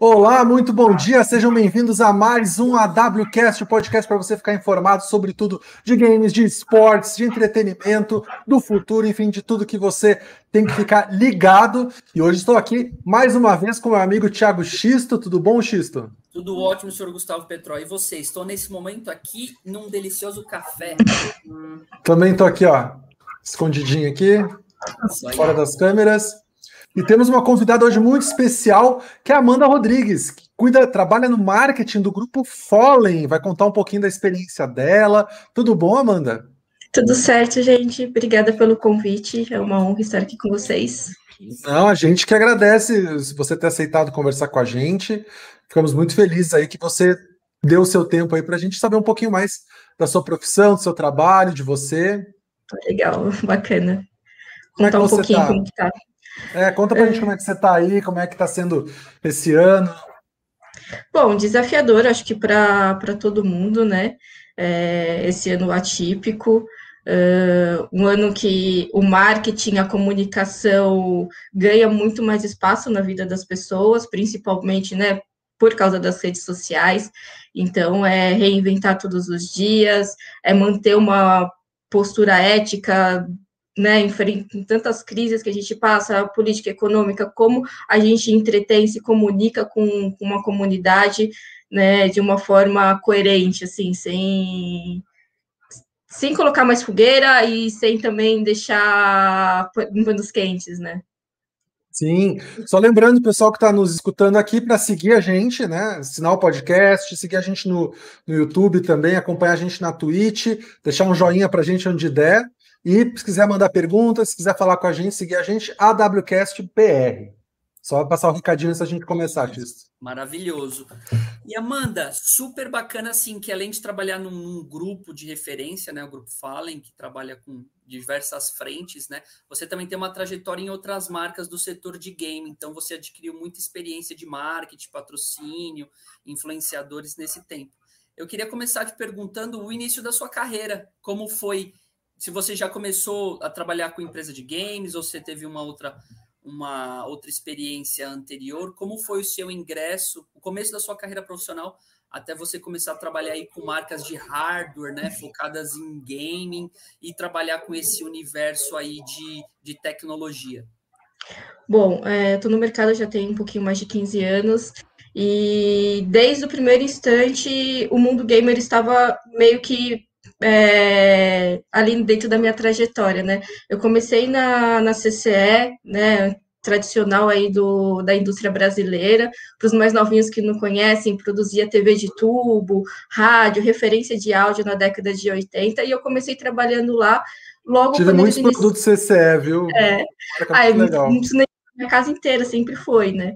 Olá, muito bom dia, sejam bem-vindos a mais um AWCast, o podcast para você ficar informado sobre tudo de games, de esportes, de entretenimento, do futuro, enfim, de tudo que você tem que ficar ligado. E hoje estou aqui mais uma vez com o meu amigo Thiago Xisto. Tudo bom, Xisto? Tudo ótimo, senhor Gustavo Petró. E você? Estou nesse momento aqui num delicioso café. Também estou aqui, ó, escondidinho aqui, fora das câmeras. E temos uma convidada hoje muito especial, que é a Amanda Rodrigues, que trabalha no marketing do grupo Fallen. Vai contar um pouquinho da experiência dela. Tudo bom, Amanda? Tudo certo, gente. Obrigada pelo convite. É uma honra estar aqui com vocês. Não, a gente que agradece você ter aceitado conversar com a gente. Ficamos muito felizes aí que você deu o seu tempo aí para a gente saber um pouquinho mais da sua profissão, do seu trabalho, de você. Legal, bacana. Contar um pouquinho como que tá. Conta pra gente como é que você tá aí, como é que tá sendo esse ano. Bom, desafiador, acho que para todo mundo, né? Esse ano atípico, um ano que o marketing, a comunicação ganha muito mais espaço na vida das pessoas, principalmente, né, por causa das redes sociais. Então, é reinventar todos os dias, é manter uma postura ética, né, em tantas crises que a gente passa, a política econômica, como a gente entretém, se comunica com uma comunidade, né, de uma forma coerente, assim, sem colocar mais fogueira e sem também deixar em panos quentes, né? Sim, só lembrando o pessoal que está nos escutando aqui para seguir a gente, né? Assinar o podcast, seguir a gente no YouTube também, acompanhar a gente na Twitch, deixar um joinha para a gente onde der. E se quiser mandar perguntas, se quiser falar com a gente, seguir a gente, AWCast BR. Só passar o recadinho antes da gente começar, Tisto. Maravilhoso. E Amanda, super bacana assim, que além de trabalhar num grupo de referência, né, o Grupo Fallen, que trabalha com diversas frentes, né, você também tem uma trajetória em outras marcas do setor de game, então você adquiriu muita experiência de marketing, patrocínio, influenciadores nesse tempo. Eu queria começar te perguntando o início da sua carreira, como foi, se você já começou a trabalhar com empresa de games ou se teve uma outra experiência anterior, como foi o seu ingresso, o começo da sua carreira profissional, até você começar a trabalhar aí com marcas de hardware, né, focadas em gaming e trabalhar com esse universo aí de tecnologia? Bom, estou no mercado já tem um pouquinho mais de 15 anos e desde o primeiro instante o mundo gamer estava meio que ali dentro da minha trajetória, né? Eu comecei na CCE, né? Tradicional aí da indústria brasileira, para os mais novinhos que não conhecem, produzia TV de tubo, rádio, referência de áudio na década de 80, e eu comecei trabalhando lá logo Tive quando muitos eles produtos CCE, viu? Legal. Minha casa inteira sempre foi, né?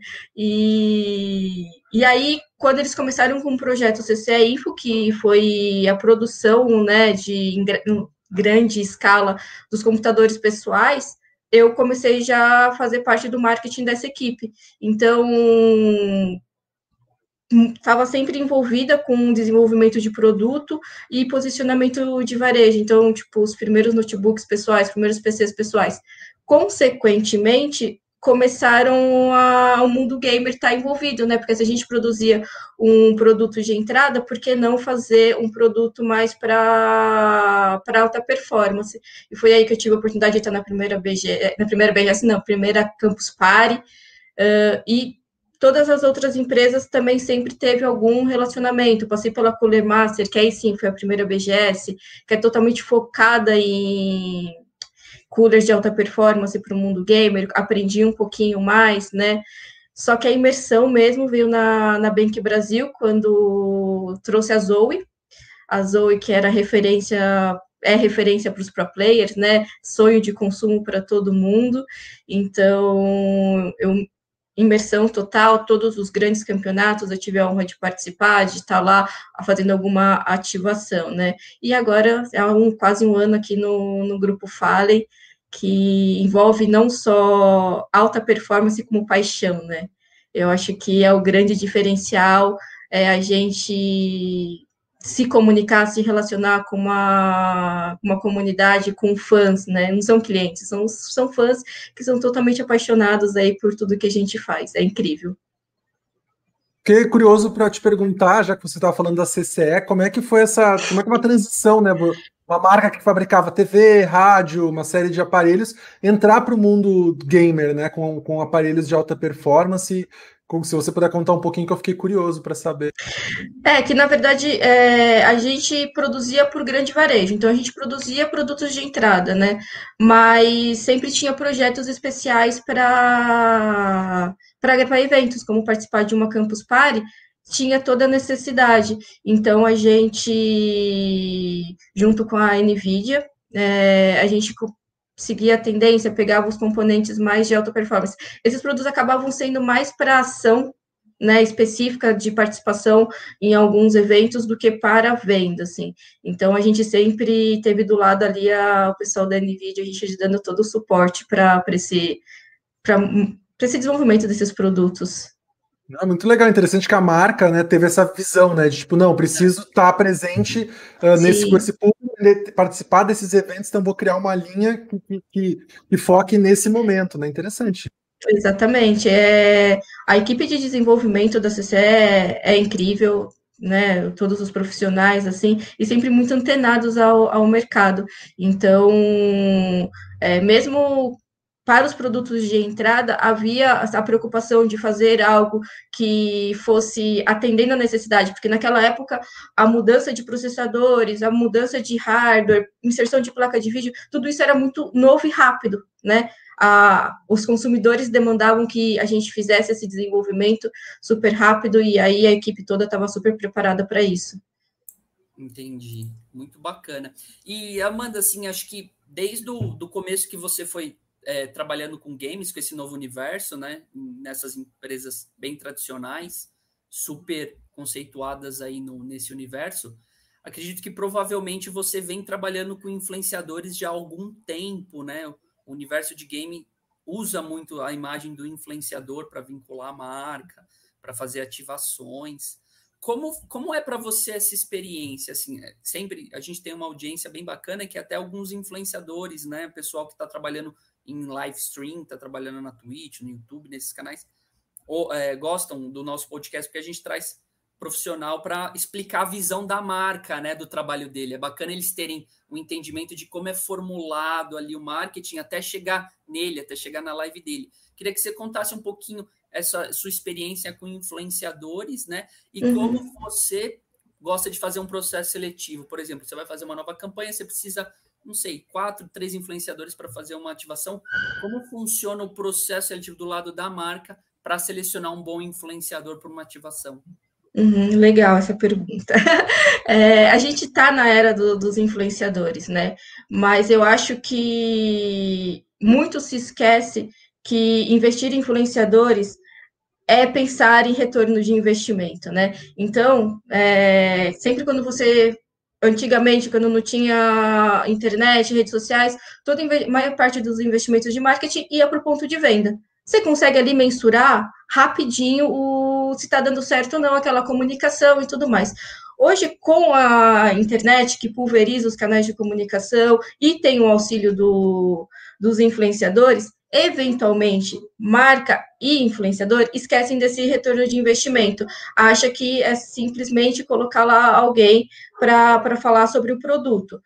E aí, quando eles começaram com o projeto CCE Info, que foi a produção, né, em grande escala dos computadores pessoais, eu comecei já a fazer parte do marketing dessa equipe. Então, estava sempre envolvida com desenvolvimento de produto e posicionamento de varejo. Então, tipo, os primeiros notebooks pessoais, os primeiros PCs pessoais. Consequentemente, começaram o mundo gamer estar envolvido, né? Porque se a gente produzia um produto de entrada, por que não fazer um produto mais para alta performance? E foi aí que eu tive a oportunidade de estar na primeira primeira Campus Party, e todas as outras empresas também sempre teve algum relacionamento. Passei pela Cooler Master, que aí sim foi a primeira BGS, que é totalmente focada em coolers de alta performance para o mundo gamer, aprendi um pouquinho mais, né? Só que a imersão mesmo veio na Bank Brasil, quando trouxe a Zoe, que era referência para os pro players, né? Sonho de consumo para todo mundo. Então, imersão total, todos os grandes campeonatos, eu tive a honra de participar, de estar lá fazendo alguma ativação, né? E agora, há quase um ano aqui no Grupo Fallen, que envolve não só alta performance, como paixão, né? Eu acho que é o grande diferencial, a gente se comunicar, se relacionar com uma comunidade, com fãs, né? Não são clientes, são fãs que são totalmente apaixonados aí por tudo que a gente faz. É incrível. Fiquei curioso para te perguntar, já que você estava falando da CCE, como é que foi como é que é uma transição, né? Uma marca que fabricava TV, rádio, uma série de aparelhos, entrar para o mundo gamer, né? Com aparelhos de alta performance. Se você puder contar um pouquinho, que eu fiquei curioso para saber. Que na verdade a gente produzia por grande varejo, então a gente produzia produtos de entrada, né? Mas sempre tinha projetos especiais para eventos, como participar de uma Campus Party, tinha toda a necessidade. Então a gente, junto com a NVIDIA, a gente seguia a tendência, pegava os componentes mais de alta performance. Esses produtos acabavam sendo mais para ação, né, específica de participação em alguns eventos do que para a venda, assim. Então, a gente sempre teve do lado ali o pessoal da NVIDIA, a gente dando todo o suporte para esse desenvolvimento desses produtos. É muito legal, interessante que a marca, né, teve essa visão, né, de tipo, não, preciso estar presente com esse público, participar desses eventos, então vou criar uma linha que foque nesse momento, né, interessante. Exatamente, a equipe de desenvolvimento da CCE é incrível, né, todos os profissionais, assim, e sempre muito antenados ao mercado, então, mesmo para os produtos de entrada, havia a preocupação de fazer algo que fosse atendendo a necessidade, porque naquela época a mudança de processadores, a mudança de hardware, inserção de placa de vídeo, tudo isso era muito novo e rápido, né? Os consumidores demandavam que a gente fizesse esse desenvolvimento super rápido e aí a equipe toda estava super preparada para isso. Entendi, muito bacana. E Amanda, assim, acho que desde o começo que você foi trabalhando com games, com esse novo universo, né, nessas empresas bem tradicionais, super conceituadas aí nesse universo, acredito que provavelmente você vem trabalhando com influenciadores já há algum tempo, né? O universo de game usa muito a imagem do influenciador para vincular a marca, para fazer ativações. Como é para você essa experiência? Assim, sempre a gente tem uma audiência bem bacana que até alguns influenciadores, né? Pessoal que está trabalhando em live stream, está trabalhando na Twitch, no YouTube, nesses canais, gostam do nosso podcast, porque a gente traz profissional para explicar a visão da marca, né, do trabalho dele. É bacana eles terem um entendimento de como é formulado ali o marketing até chegar nele, até chegar na live dele. Queria que você contasse um pouquinho essa sua experiência com influenciadores, né, e como você gosta de fazer um processo seletivo. Por exemplo, você vai fazer uma nova campanha, você precisa, não sei, 4, 3 influenciadores para fazer uma ativação. Como funciona o processo seletivo do lado da marca para selecionar um bom influenciador para uma ativação? Legal essa pergunta. A gente está na era dos influenciadores, né? Mas eu acho que muito se esquece que investir em influenciadores é pensar em retorno de investimento, né? Então, sempre quando antigamente, quando não tinha internet, redes sociais, a maior parte dos investimentos de marketing ia para o ponto de venda. Você consegue ali mensurar rapidinho se está dando certo ou não aquela comunicação e tudo mais. Hoje, com a internet que pulveriza os canais de comunicação e tem o auxílio dos influenciadores, eventualmente, marca e influenciador esquecem desse retorno de investimento. Acha que é simplesmente colocar lá alguém para falar sobre o produto.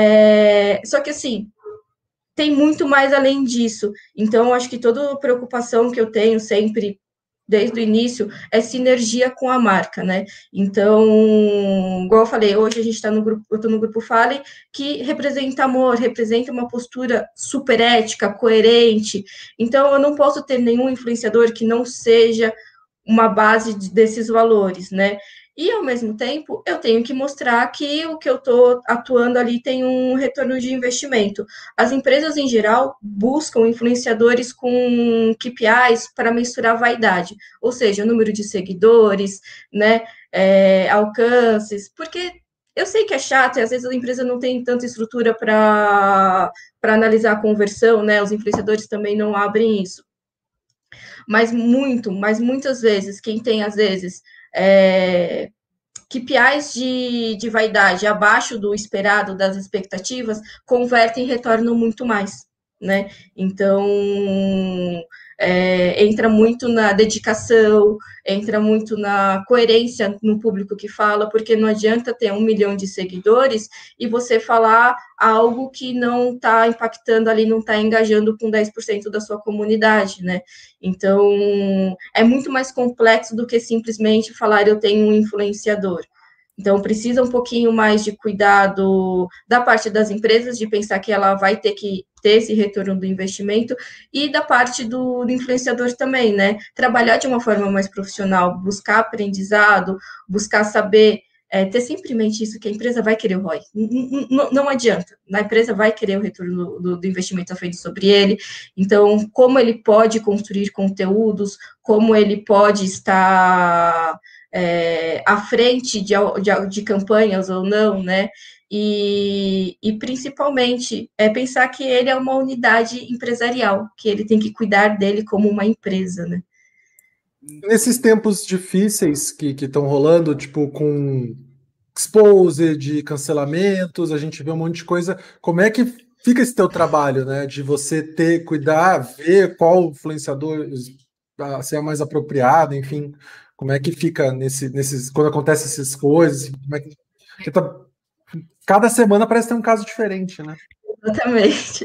Só que, assim, tem muito mais além disso. Então, acho que toda preocupação que eu tenho sempre, desde o início, é sinergia com a marca, né? Então, igual eu falei, hoje a gente está no grupo, eu estou no grupo Fale, que representa amor, representa uma postura super ética, coerente. Então, eu não posso ter nenhum influenciador que não seja uma base desses valores, né? E, ao mesmo tempo, eu tenho que mostrar que o que eu estou atuando ali tem um retorno de investimento. As empresas, em geral, buscam influenciadores com KPIs para mensurar vaidade, ou seja, o número de seguidores, né, alcances, porque eu sei que é chato e às vezes a empresa não tem tanta estrutura para analisar a conversão, né? Os influenciadores também não abrem isso. Mas muitas vezes, quem tem, às vezes, KPIs de vaidade abaixo do esperado, das expectativas, convertem e retornam muito mais, né? Então, entra muito na dedicação, entra muito na coerência no público que fala, porque não adianta ter 1 milhão de seguidores e você falar algo que não está impactando ali, não está engajando com 10% da sua comunidade, né? Então, é muito mais complexo do que simplesmente falar eu tenho um influenciador. Então, precisa um pouquinho mais de cuidado da parte das empresas, de pensar que ela vai ter que ter esse retorno do investimento, e da parte do influenciador também, né? Trabalhar de uma forma mais profissional, buscar aprendizado, buscar saber, ter sempre em mente isso, que a empresa vai querer o ROI. Não adianta, a empresa vai querer o retorno do investimento feito sobre ele. Então, como ele pode construir conteúdos, como ele pode estar à frente de campanhas ou não, né? E principalmente pensar que ele é uma unidade empresarial, que ele tem que cuidar dele como uma empresa, né? Nesses tempos difíceis que estão rolando, tipo, com exposed, cancelamentos, a gente vê um monte de coisa. Como é que fica esse teu trabalho, né? De você cuidar, ver qual influenciador se é mais apropriado, enfim. Como é que fica quando acontecem essas coisas? Como é que, cada semana parece ter um caso diferente, né? Exatamente.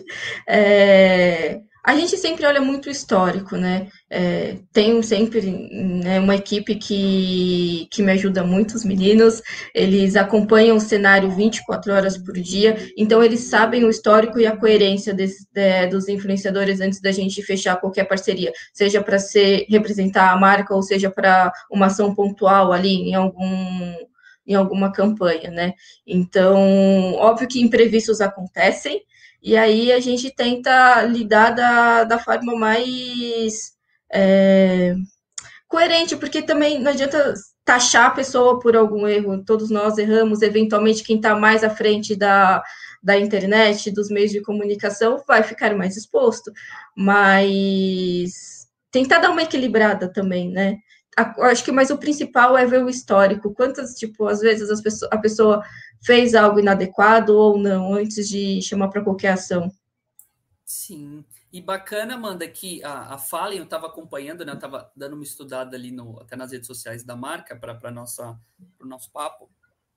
A gente sempre olha muito o histórico, né? Tenho sempre, né, uma equipe que me ajuda muito, os meninos, eles acompanham o cenário 24 horas por dia, então eles sabem o histórico e a coerência dos influenciadores antes da gente fechar qualquer parceria, seja para representar a marca ou seja para uma ação pontual ali em alguma campanha, né? Então, óbvio que imprevistos acontecem, e aí a gente tenta lidar da forma mais coerente, porque também não adianta taxar a pessoa por algum erro, todos nós erramos, eventualmente quem está mais à frente da internet, dos meios de comunicação, vai ficar mais exposto, mas tentar dar uma equilibrada também, né? Acho que mais o principal é ver o histórico, quantas, tipo, às vezes a pessoa fez algo inadequado ou não, antes de chamar para qualquer ação. Sim, e bacana, Amanda, que a Fallen eu estava acompanhando, né? Eu estava dando uma estudada ali até nas redes sociais da marca para o nosso papo.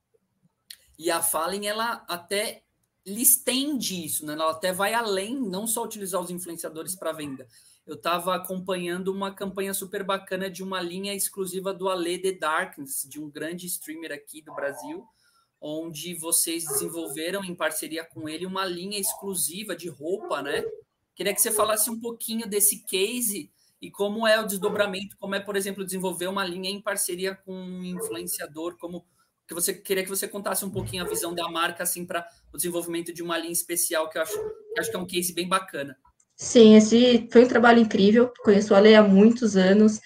E a Fallen, ela até estende isso, né? Ela até vai além, não só utilizar os influenciadores para venda. Eu estava acompanhando uma campanha super bacana de uma linha exclusiva do Ale The Darkness, de um grande streamer aqui do Brasil, onde vocês desenvolveram em parceria com ele uma linha exclusiva de roupa, né? Queria que você falasse um pouquinho desse case e como é o desdobramento, como é, por exemplo, desenvolver uma linha em parceria com um influenciador, queria que você contasse um pouquinho a visão da marca assim para o desenvolvimento de uma linha especial que eu acho que é um case bem bacana. Sim, esse foi um trabalho incrível. Conheço o Ale há muitos anos,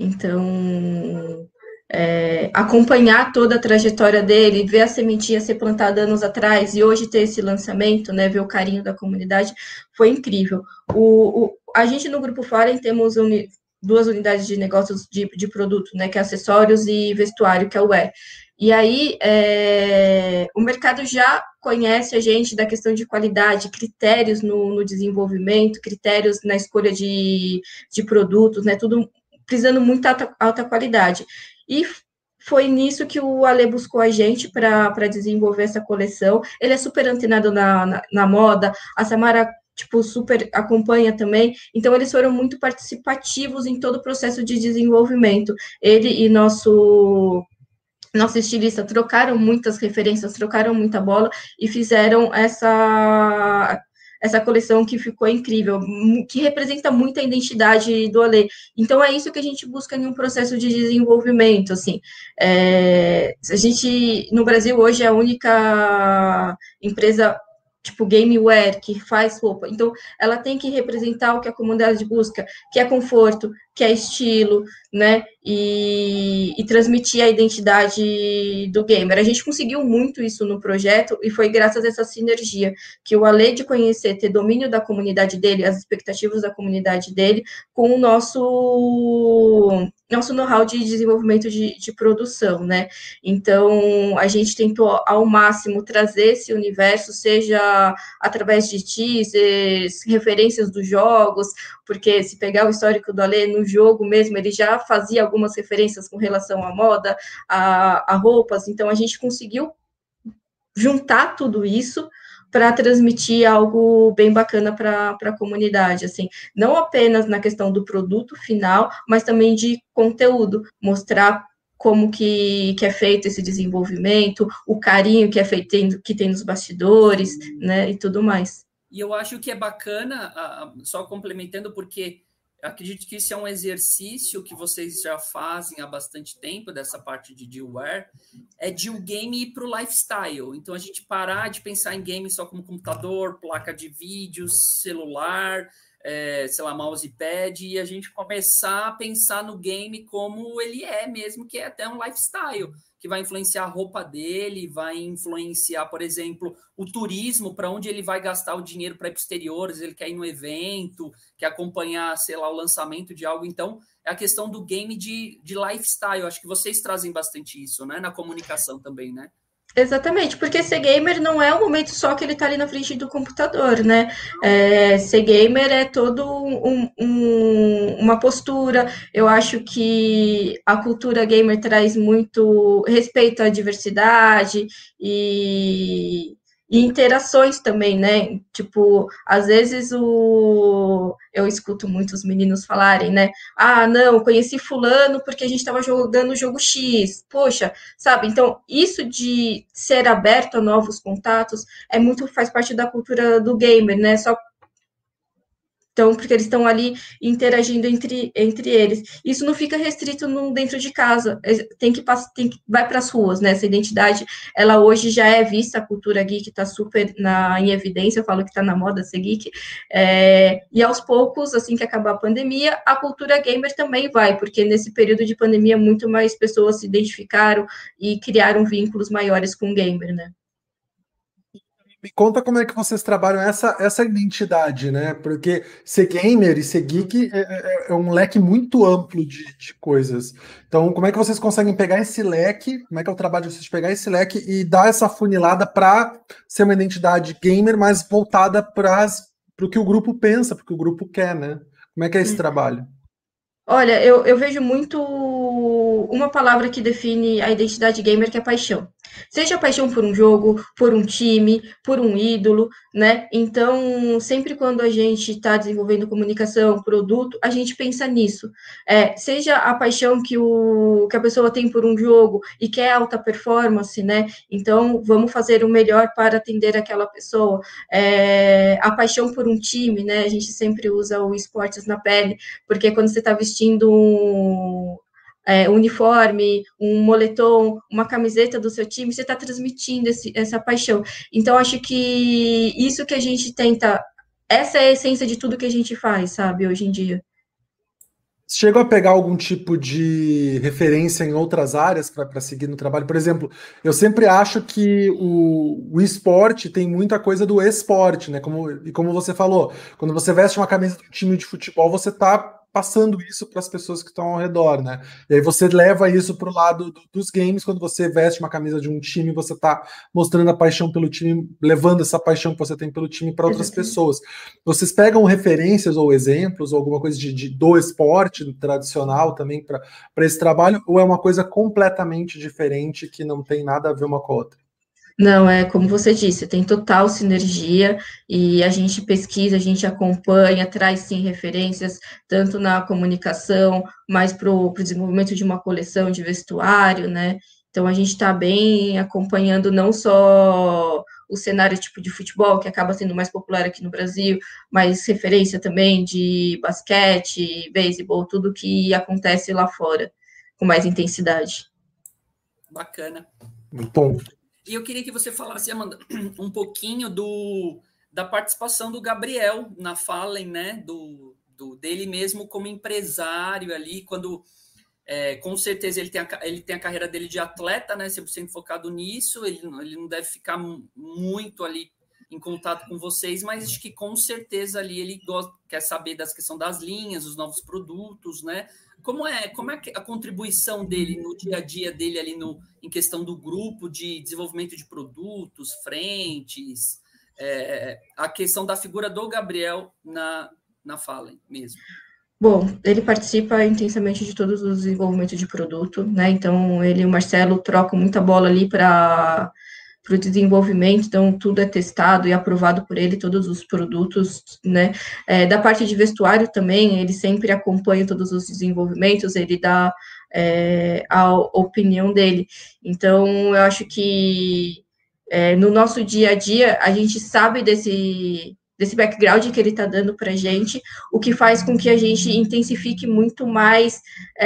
então acompanhar toda a trajetória dele, ver a sementinha ser plantada anos atrás e hoje ter esse lançamento, né, ver o carinho da comunidade, foi incrível. A gente no Grupo Fallen temos 2 unidades de negócios de produto, né, que é acessórios e vestuário, que é o Wear. E aí, o mercado já conhece a gente da questão de qualidade, critérios no desenvolvimento, critérios na escolha de produtos, né? Tudo precisando muito alta qualidade. E foi nisso que o Ale buscou a gente para desenvolver essa coleção. Ele é super antenado na moda, a Samara super acompanha também, então eles foram muito participativos em todo o processo de desenvolvimento. Ele e nosso estilista trocaram muitas referências, trocaram muita bola e fizeram essa coleção que ficou incrível, que representa muito a identidade do Ale. Então, é isso que a gente busca em um processo de desenvolvimento, assim. A gente, no Brasil, hoje, é a única empresa tipo gameware, que faz roupa. Então, ela tem que representar o que a comunidade busca, que é conforto, que é estilo, né? E transmitir a identidade do gamer. A gente conseguiu muito isso no projeto e foi graças a essa sinergia que o Ale de conhecer, ter domínio da comunidade dele, as expectativas da comunidade dele, com o nosso nosso know-how de desenvolvimento de produção, né? Então, a gente tentou ao máximo trazer esse universo, seja através de teasers, referências dos jogos, porque se pegar o histórico do Alê no jogo mesmo, ele já fazia algumas referências com relação à moda, a roupas, então a gente conseguiu juntar tudo isso para transmitir algo bem bacana para a comunidade, assim, não apenas na questão do produto final, mas também de conteúdo, mostrar como que é feito esse desenvolvimento, o carinho que é feito, que tem nos bastidores, né, e tudo mais. E eu acho que é bacana, só complementando, porque acredito que isso é um exercício que vocês já fazem há bastante tempo, dessa parte de dealware, é de o game ir para o lifestyle. Então, a gente parar de pensar em game só como computador, placa de vídeo, celular, sei lá, mousepad, e a gente começar a pensar no game como ele é mesmo, que é até um lifestyle, que vai influenciar a roupa dele, vai influenciar, por exemplo, o turismo, para onde ele vai gastar o dinheiro para ir para exteriores, ele quer ir no evento, quer acompanhar, sei lá, o lançamento de algo. Então, é a questão do game de lifestyle. Acho que vocês trazem bastante isso, né? Na comunicação também, né? Exatamente, porque ser gamer não é o momento só que ele tá ali na frente do computador, né? Ser gamer é todo uma postura. Eu acho que a cultura gamer traz muito respeito à diversidade e interações também, né? Tipo, às vezes eu escuto muitos meninos falarem, né? Ah, não, conheci fulano porque a gente estava jogando o jogo X. Poxa, sabe? Então, isso de ser aberto a novos contatos faz parte da cultura do gamer, né? Só então, porque eles estão ali interagindo entre eles. Isso não fica restrito dentro de casa, vai para as ruas, né? Essa identidade, ela hoje já é vista, a cultura geek está super em evidência, eu falo que está na moda ser geek, e aos poucos, assim que acabar a pandemia, a cultura gamer também vai, porque nesse período de pandemia, muito mais pessoas se identificaram e criaram vínculos maiores com o gamer, né? Me conta como é que vocês trabalham essa identidade, né? Porque ser gamer e ser geek é um leque muito amplo de coisas. Então, como é que vocês conseguem pegar esse leque? Como é que é o trabalho de vocês pegar esse leque e dar essa funilada para ser uma identidade gamer, mas voltada para o que o grupo pensa, para o que o grupo quer, né? Como é que é esse trabalho? Olha, eu vejo muito uma palavra que define a identidade gamer, que é paixão. Seja paixão por um jogo, por um time, por um ídolo, né? Então, sempre quando a gente está desenvolvendo comunicação, produto, a gente pensa nisso. Seja a paixão que a pessoa tem por um jogo e quer alta performance, né? Então, vamos fazer o melhor para atender aquela pessoa. A paixão por um time, né? A gente sempre usa o esportes na pele, porque quando você está vestindo uniforme, um moletom, uma camiseta do seu time, você está transmitindo essa paixão. Então, acho que isso que a gente tenta, essa é a essência de tudo que a gente faz, sabe, hoje em dia. Chegou a pegar algum tipo de referência em outras áreas para seguir no trabalho? Por exemplo, eu sempre acho que o esporte tem muita coisa do esporte, né? Como você falou, quando você veste uma camisa de um time de futebol, você está passando isso para as pessoas que estão ao redor, né? E aí você leva isso para o lado dos games, quando você veste uma camisa de um time, você está mostrando a paixão pelo time, levando essa paixão que você tem pelo time para outras pessoas. Vocês pegam referências ou exemplos, ou alguma coisa do esporte tradicional também para esse trabalho, ou é uma coisa completamente diferente que não tem nada a ver uma com a outra? Não, é como você disse, tem total sinergia e a gente pesquisa, a gente acompanha, traz sim referências, tanto na comunicação, mais para o desenvolvimento de uma coleção de vestuário, né? Então a gente está bem acompanhando não só o cenário tipo de futebol, que acaba sendo mais popular aqui no Brasil, mas referência também de basquete, beisebol, tudo que acontece lá fora, com mais intensidade. Bacana. Bom. E eu queria que você falasse, Amanda, um pouquinho da participação do Gabriel na Fallen, né? Dele mesmo como empresário ali, quando com certeza ele tem a carreira dele de atleta, né? 100% focado nisso, ele não deve ficar muito ali em contato com vocês, mas acho que com certeza ali ele quer saber da questão das linhas, os novos produtos, né? como é a contribuição dele no dia a dia dele ali em questão do grupo de desenvolvimento de produtos, frentes, a questão da figura do Gabriel na Fallen mesmo? Bom, ele participa intensamente de todos os desenvolvimentos de produto, né? Então, ele e o Marcelo trocam muita bola ali para o desenvolvimento, então tudo é testado e aprovado por ele, todos os produtos, né? Da parte de vestuário também, ele sempre acompanha todos os desenvolvimentos, ele dá a opinião dele. Então, eu acho que no nosso dia a dia, a gente sabe desse background que ele está dando para a gente, o que faz com que a gente intensifique muito mais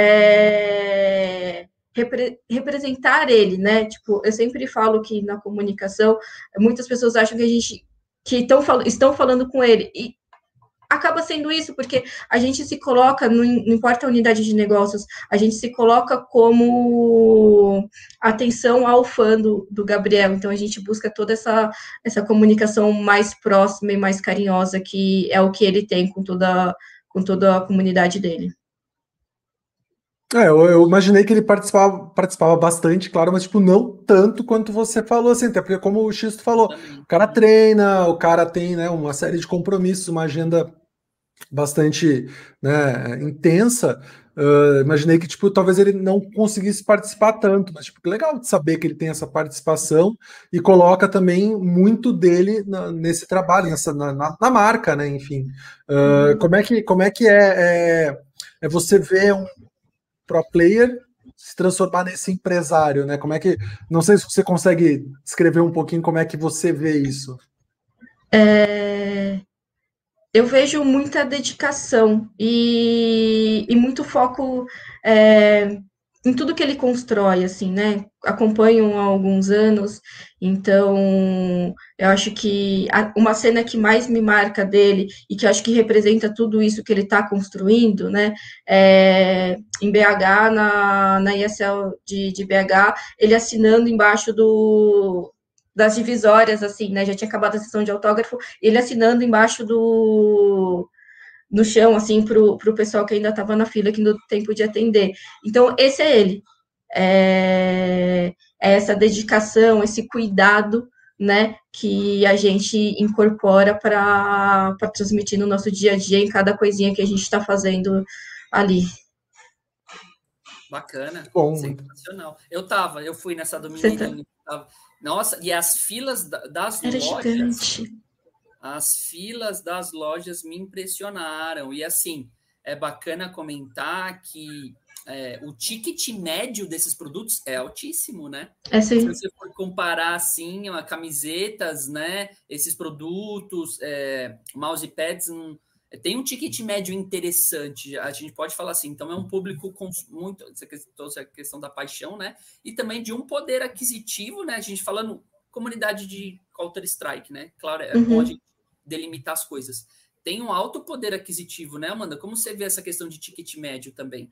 representar ele, né? Tipo, eu sempre falo que na comunicação, muitas pessoas acham que estão falando com ele, e acaba sendo isso, porque a gente se coloca, não importa a unidade de negócios, a gente se coloca como atenção ao fã do Gabriel, então a gente busca toda essa comunicação mais próxima e mais carinhosa, que é o que ele tem com toda a comunidade dele. Eu imaginei que ele participava bastante, claro, mas tipo, não tanto quanto você falou, assim, até porque como o Xisto falou, o cara treina, o cara tem, né, uma série de compromissos, uma agenda bastante, né, intensa. Imaginei que tipo, talvez ele não conseguisse participar tanto, mas tipo, que legal de saber que ele tem essa participação e coloca também muito dele nesse trabalho, na marca, né, enfim. Como é que é você ver um pro player se transformar nesse empresário, né? Como é que, não sei se você consegue descrever um pouquinho como é que você vê isso. Eu vejo muita dedicação e muito foco em tudo que ele constrói, assim, né? Acompanho há alguns anos, então eu acho que uma cena que mais me marca dele e que eu acho que representa tudo isso que ele está construindo, né? Em BH, na ESL de BH, ele assinando embaixo das divisórias, assim, né? Já tinha acabado a sessão de autógrafo, ele assinando embaixo no chão, assim, pro pessoal que ainda estava na fila, que não deu tempo de atender. Então, esse é ele. É essa dedicação, esse cuidado, né, que a gente incorpora para transmitir no nosso dia a dia, em cada coisinha que a gente está fazendo ali. Bacana, Bom, sensacional. Eu fui nessa do Mineirinho. Nossa, e as filas das Era lojas... gigante. As filas das lojas me impressionaram. E assim, é bacana comentar que o ticket médio desses produtos é altíssimo, né? Sim. Se você for comparar assim, camisetas, né? Esses produtos, mousepads, tem um ticket médio interessante. A gente pode falar assim. Então, é um público com muito essa questão da paixão, né? E também de um poder aquisitivo, né? A gente falando comunidade de Counter-Strike, né? Claro, é bom a gente delimitar as coisas. Tem um alto poder aquisitivo, né, Amanda? Como você vê essa questão de ticket médio também?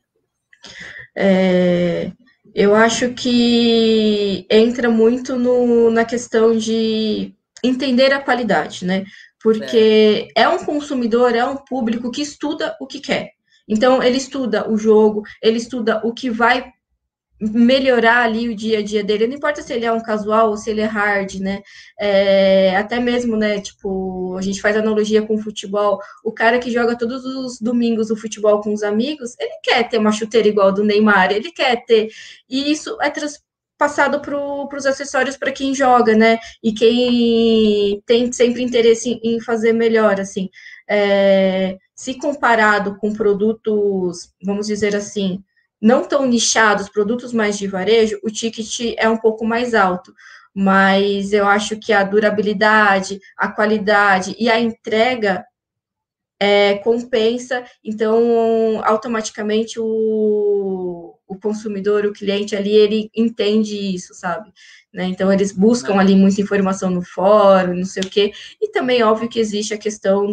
Eu acho que entra muito na questão de entender a qualidade, né? Porque é um consumidor, é um público que estuda o que quer. Então, ele estuda o jogo, ele estuda o que vai melhorar ali o dia a dia dele, não importa se ele é um casual ou se ele é hard, né? Até mesmo, né? Tipo, a gente faz analogia com o futebol. O cara que joga todos os domingos o futebol com os amigos, ele quer ter uma chuteira igual a do Neymar, ele quer ter. E isso é passado para os acessórios para quem joga, né? E quem tem sempre interesse em fazer melhor, assim. Se comparado com produtos, vamos dizer assim, não tão nichados, produtos mais de varejo, o ticket é um pouco mais alto. Mas eu acho que a durabilidade, a qualidade e a entrega compensa, então automaticamente o consumidor, o cliente ali, ele entende isso, sabe? Né? Então eles buscam ali muita informação no fórum, não sei o quê, e também óbvio que existe a questão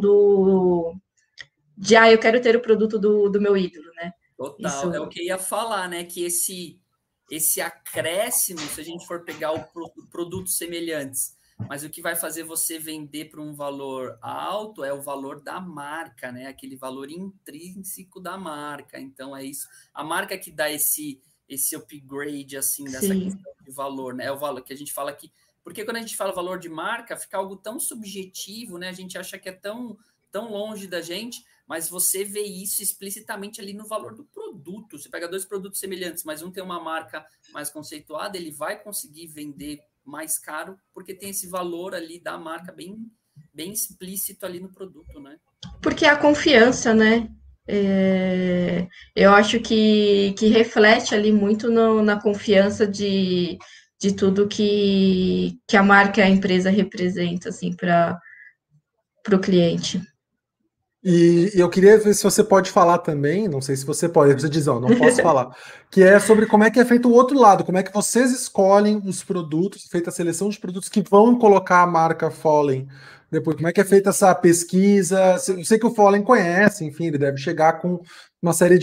eu quero ter o produto do meu ídolo, né? Total, isso... é o que eu ia falar, né? Que esse acréscimo, se a gente for pegar produtos semelhantes, mas o que vai fazer você vender por um valor alto é o valor da marca, né? Aquele valor intrínseco da marca. Então, é isso. A marca que dá esse upgrade, assim, dessa questão de valor, né? É o valor que a gente fala aqui. Porque quando a gente fala valor de marca, fica algo tão subjetivo, né? A gente acha que é tão longe da gente, mas você vê isso explicitamente ali no valor do produto. Você pega dois produtos semelhantes, mas um tem uma marca mais conceituada, ele vai conseguir vender mais caro, porque tem esse valor ali da marca bem explícito ali no produto, né? Porque a confiança, né? Eu acho que reflete ali muito na confiança de tudo que a marca e a empresa representa, assim, para o cliente. E eu queria ver se você pode falar também, não sei se você pode, você diz, não posso falar, que é sobre como é que é feito o outro lado, como é que vocês escolhem os produtos, feita a seleção de produtos que vão colocar a marca Fallen depois, como é que é feita essa pesquisa, eu sei que o Fallen conhece, enfim, ele deve chegar com uma série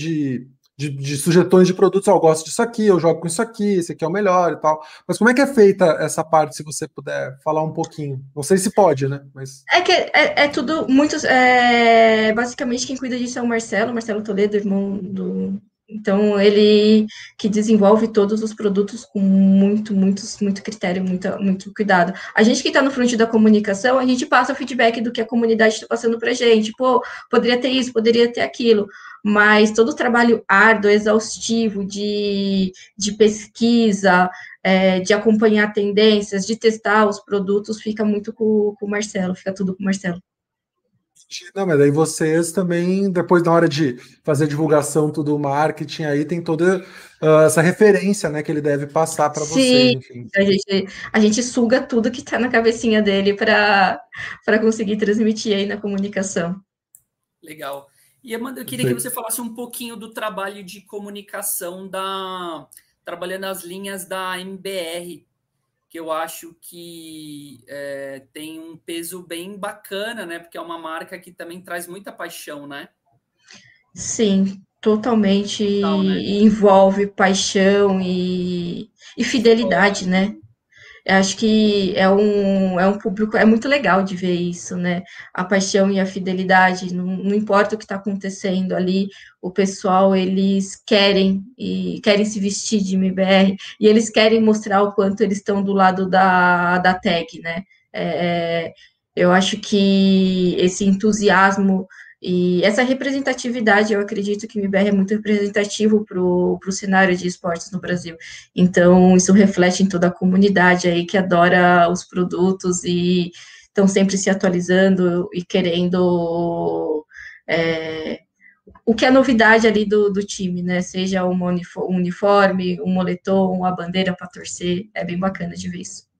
de sugestões de produtos, eu gosto disso aqui, eu jogo com isso aqui, esse aqui é o melhor e tal, mas como é que é feita essa parte, se você puder falar um pouquinho, não sei se pode, né, mas... É que é tudo muito. Basicamente, quem cuida disso é o Marcelo Toledo, irmão do. Então, ele que desenvolve todos os produtos com muito critério, muito cuidado. A gente que está no front da comunicação, a gente passa o feedback do que a comunidade está passando para a gente. Pô, poderia ter isso, poderia ter aquilo. Mas todo o trabalho árduo, exaustivo de pesquisa, de acompanhar tendências, de testar os produtos, fica muito com o Marcelo, fica tudo com o Marcelo. Não, mas daí vocês também, depois na hora de fazer a divulgação, tudo o marketing aí, tem toda essa referência, né, que ele deve passar para vocês, Sim, enfim. a gente suga tudo que está na cabecinha dele para conseguir transmitir aí na comunicação. Legal. E, Amanda, eu queria que você falasse um pouquinho do trabalho de comunicação trabalhando as linhas da MBR, que eu acho que tem um peso bem bacana, né? Porque é uma marca que também traz muita paixão, né? Sim, totalmente. Total, né? Envolve paixão e fidelidade, né? Eu acho que é um público, é muito legal de ver isso, né? A paixão e a fidelidade, não importa o que está acontecendo ali, o pessoal, eles querem se vestir de MBR e eles querem mostrar o quanto eles estão do lado da tag, né? Eu acho que esse entusiasmo e essa representatividade, eu acredito que o MBR é muito representativo para o cenário de esportes no Brasil. Então, isso reflete em toda a comunidade aí que adora os produtos e estão sempre se atualizando e querendo o que é novidade ali do time, né? Seja um uniforme, um moletom, uma bandeira para torcer. É bem bacana de ver isso.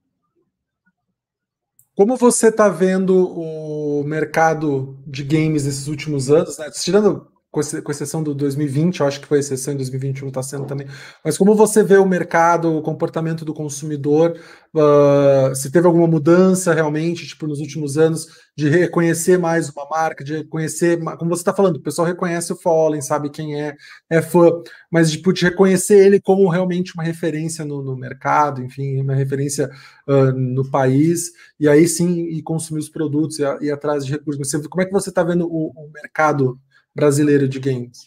Como você está vendo o mercado de games nesses últimos anos, né? Tirando com exceção do 2020, eu acho que foi exceção em 2021, está sendo também. Mas como você vê o mercado, o comportamento do consumidor, se teve alguma mudança realmente, tipo, nos últimos anos, de reconhecer mais uma marca, de reconhecer, como você está falando, o pessoal reconhece o Fallen, sabe quem é fã, mas tipo, de reconhecer ele como realmente uma referência no mercado, enfim, uma referência no país, e aí sim, e consumir os produtos, e atrás de recursos. Como é que você está vendo o mercado brasileiro de games?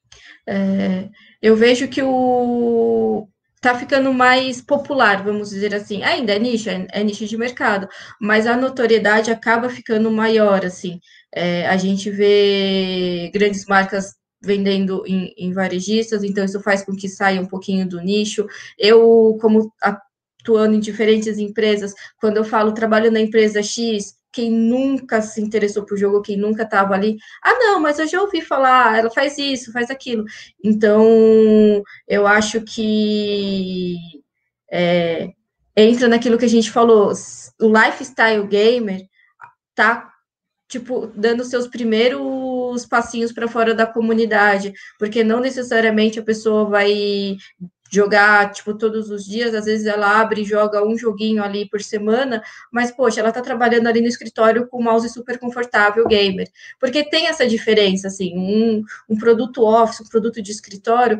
Eu vejo que tá ficando mais popular, vamos dizer assim. Ainda é nicho de mercado, mas a notoriedade acaba ficando maior, assim. A gente vê grandes marcas vendendo em varejistas, então isso faz com que saia um pouquinho do nicho. Eu, como atuando em diferentes empresas, quando eu falo trabalho na empresa X, quem nunca se interessou por jogo, quem nunca estava ali, não, mas eu já ouvi falar, ela faz isso, faz aquilo. Então, eu acho que entra naquilo que a gente falou, o lifestyle gamer tá tipo, dando seus primeiros passinhos para fora da comunidade, porque não necessariamente a pessoa vai jogar, tipo, todos os dias, às vezes ela abre e joga um joguinho ali por semana, mas, poxa, ela tá trabalhando ali no escritório com um mouse super confortável, gamer. Porque tem essa diferença, assim, um produto office, um produto de escritório,